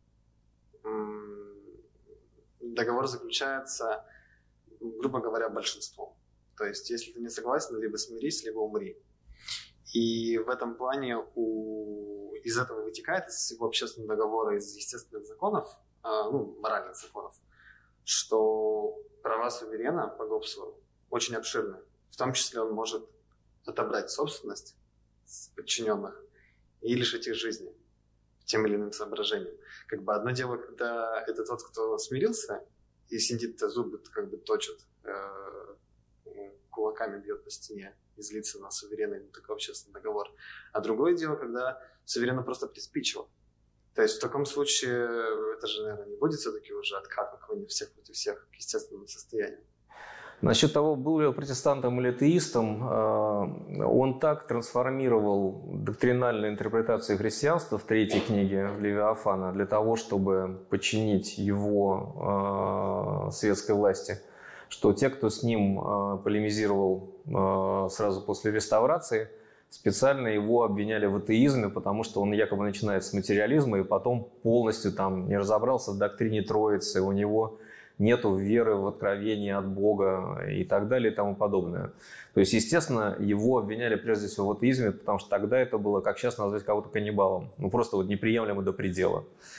договор заключается, грубо говоря, большинством. То есть, если ты не согласен, либо смирись, либо умри. И в этом плане у из этого вытекает, из всего общественного договора, из естественных законов, моральных законов, что права суверена по Гоббсу очень обширны. В том числе он может отобрать собственность с подчиненных и лишить их жизни тем или иным соображением. Как бы одно дело, когда это тот, кто смирился и сидит, зубы как бы точит, кулаками бьет по стене и злится на суверена, или такой общественный договор. А другое дело, когда суверена просто приспичило. То есть в таком случае это же, наверное, не будет все-таки уже откатывание всех против всех к естественному состоянию. Насчет того, был ли он протестантом или атеистом, он так трансформировал доктринальные интерпретации христианства в третьей книге Левиафана для того, чтобы подчинить его светской власти, что те, кто с ним полемизировал сразу после реставрации, специально его обвиняли в атеизме, потому что он якобы начинает с материализма и потом полностью там не разобрался в доктрине Троицы, у него нету веры в откровение от Бога и так далее и тому подобное. То есть, естественно, его обвиняли прежде всего в атеизме, потому что тогда это было, как сейчас назвать кого-то каннибалом. Просто неприемлемо до предела.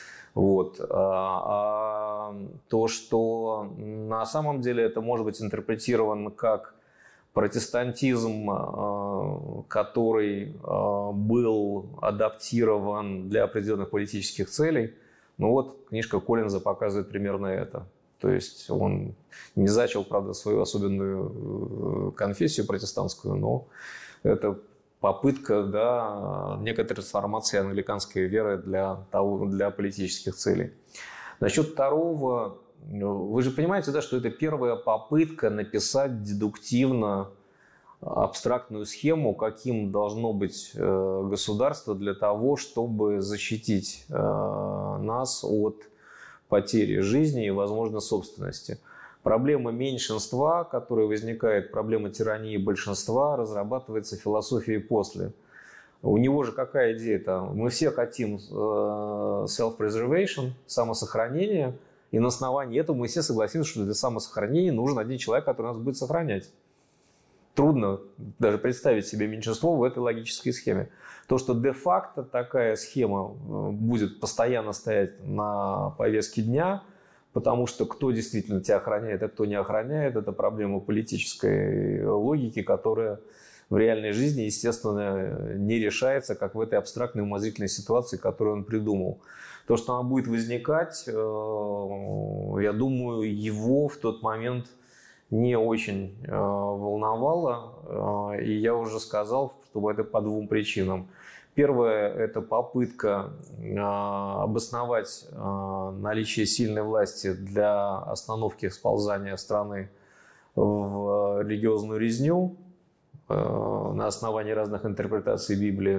А то, что на самом деле это может быть интерпретировано как протестантизм, который был адаптирован для определенных политических целей, книжка Коллинза показывает примерно это. То есть он не зачал, правда, свою особенную конфессию протестантскую, но это попытка некой трансформации англиканской веры для политических целей. Насчет второго, вы же понимаете, что это первая попытка написать дедуктивно абстрактную схему, каким должно быть государство для того, чтобы защитить нас от потери жизни и, возможно, собственности. Проблема меньшинства, которая возникает, проблема тирании большинства, разрабатывается философией после. У него же какая идея-то? Мы все хотим self-preservation, самосохранение, и на основании этого мы все согласимся, что для самосохранения нужен один человек, который нас будет сохранять. Трудно даже представить себе меньшинство в этой логической схеме. То, что де-факто такая схема будет постоянно стоять на повестке дня, потому что кто действительно тебя охраняет, а кто не охраняет, это проблема политической логики, которая в реальной жизни, естественно, не решается, как в этой абстрактной умозрительной ситуации, которую он придумал. То, что она будет возникать, я думаю, его в тот момент не очень волновало. И я уже сказал, что это по двум причинам. Первое – это попытка обосновать наличие сильной власти для остановки сползания страны в религиозную резню на основании разных интерпретаций Библии.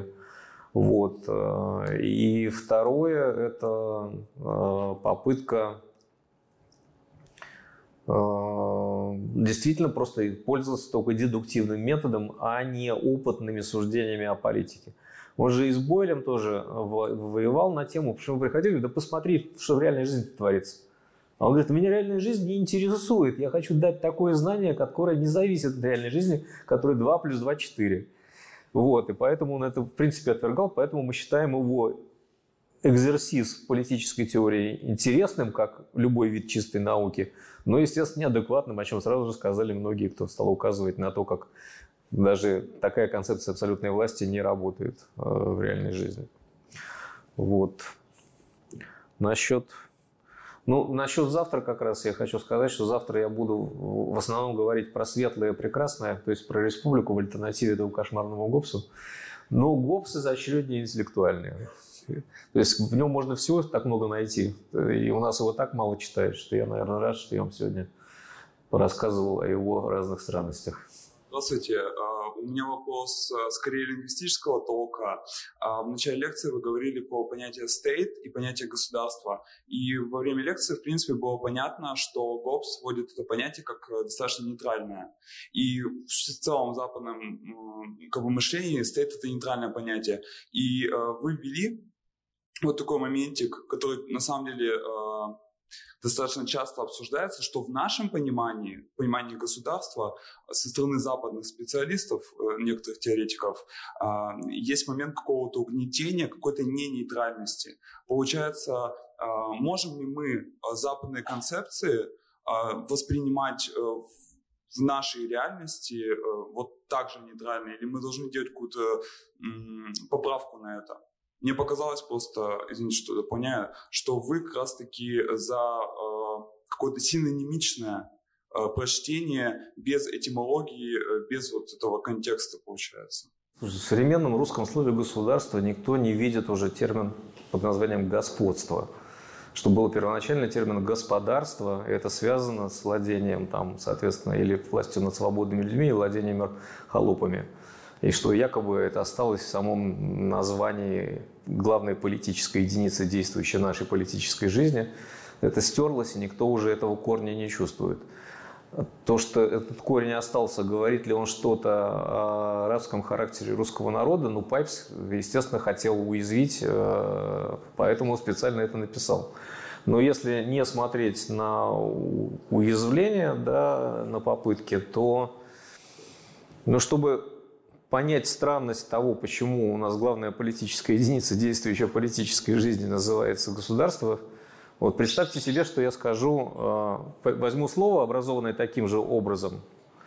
И второе – это попытка действительно просто пользоваться только дедуктивным методом, а не опытными суждениями о политике. Он же и с Бойлем тоже воевал на тему, почему приходили, да посмотри, что в реальной жизни творится. А он говорит, меня реальная жизнь не интересует, я хочу дать такое знание, которое не зависит от реальной жизни, которое 2 + 2 = 4. И поэтому он это в принципе отвергал, поэтому мы считаем его экзерсис политической теории интересным, как любой вид чистой науки, но, естественно, неадекватным, о чем сразу же сказали многие, кто стал указывать на то, как даже такая концепция абсолютной власти не работает в реальной жизни. Насчет завтра как раз я хочу сказать, что завтра я буду в основном говорить про светлое и прекрасное, то есть про республику в альтернативе этому кошмарному Гоббсу. Но Гоббс изощреннее интеллектуальный. То есть в нем можно всего так много найти. И у нас его так мало читают, что я, наверное, рад, что я вам сегодня рассказывал о его разных странностях. Здравствуйте. У меня вопрос скорее лингвистического толка. В начале лекции вы говорили про понятие state и понятие государства. И во время лекции, в принципе, было понятно, что Гоббс вводит это понятие как достаточно нейтральное. И в целом западном мышлении state – это нейтральное понятие. И вы ввели вот такой моментик, который на самом деле Достаточно часто обсуждается, что в нашем понимании, в понимании государства, со стороны западных специалистов, некоторых теоретиков, есть момент какого-то угнетения, какой-то ненейтральности. Получается, можем ли мы западные концепции воспринимать в нашей реальности вот так же нейтрально, или мы должны делать какую-то поправку на это? Мне показалось просто, извините, что дополняю, что вы как раз-таки за какое-то синонимичное прочтение без этимологии, без вот этого контекста получается. В современном русском слове «государство» никто не видит уже термин под названием «господство». Что было первоначально термин «господарство», и это связано с владением, там, соответственно, или властью над свободными людьми, и владением холопами. И что якобы это осталось в самом названии главной политической единицы, действующей в нашей политической жизни. Это стерлось, и никто уже этого корня не чувствует. То, что этот корень остался, говорит ли он что-то о рабском характере русского народа, ну, Пайпс, естественно, хотел уязвить, поэтому специально это написал. Но если не смотреть на уязвление, да, на попытки, то, ну, чтобы понять странность того, почему у нас главная политическая единица действующей политической жизни называется государство, вот представьте себе, что я скажу, возьму слово, образованное таким же образом,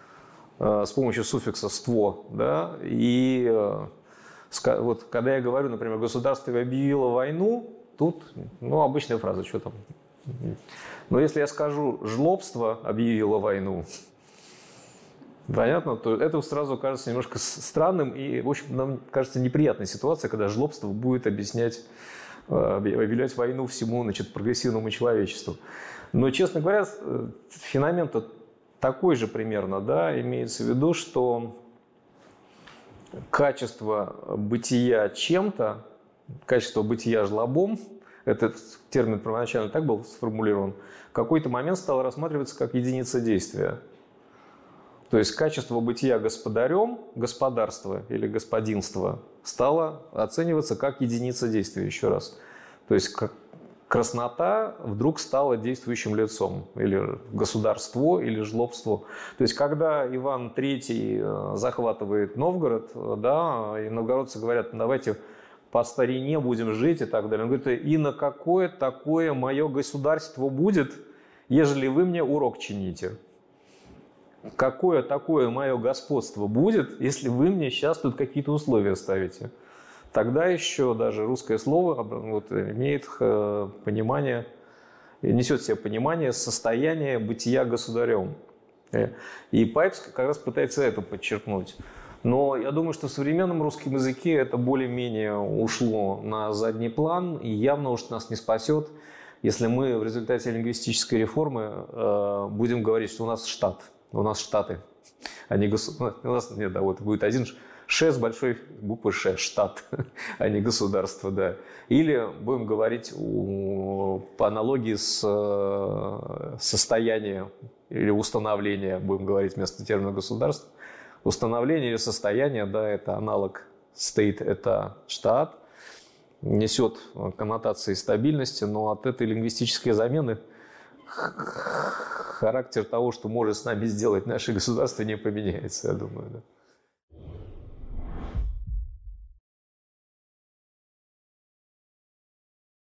с помощью суффикса «ство», да, и вот когда я говорю, например, государство объявило войну, тут, ну, обычная фраза, что там. Но если я скажу «жлобство объявило войну», понятно, то это сразу кажется немножко странным и, в общем, нам кажется неприятной ситуацией, когда жлобство будет объявлять войну всему, значит, прогрессивному человечеству. Но, честно говоря, феномен-то такой же примерно, да, имеется в виду, что качество бытия чем-то, качество бытия жлобом, этот термин первоначально так был сформулирован, в какой-то момент стал рассматриваться как единица действия. То есть качество бытия господарем, господарство или господинство стало оцениваться как единица действия, еще раз. То есть краснота вдруг стала действующим лицом, или государство, или жлобство. То есть когда Иван III захватывает Новгород, да, и новгородцы говорят, давайте по старине будем жить и так далее. Он говорит, и на какое такое мое государство будет, ежели вы мне урок чините? Какое такое мое господство будет, если вы мне сейчас тут какие-то условия ставите? Тогда еще даже русское слово вот, имеет понимание, несет в себе понимание состояния бытия государем. И Пайпс как раз пытается это подчеркнуть. Но я думаю, что в современном русском языке это более-менее ушло на задний план и явно уж нас не спасет, если мы в результате лингвистической реформы будем говорить, что у нас штат. У нас штаты, а не государство. У нас нет, да, вот будет один Ш с большой буквы Ш, штат, а не государство, да. Или будем говорить по аналогии с состоянием или установлением, будем говорить вместо термина государство. Установление или состояние, да, это аналог state, это штат, несет коннотации стабильности, но от этой лингвистической замены характер того, что может с нами сделать наше государство, не поменяется, я думаю. Да.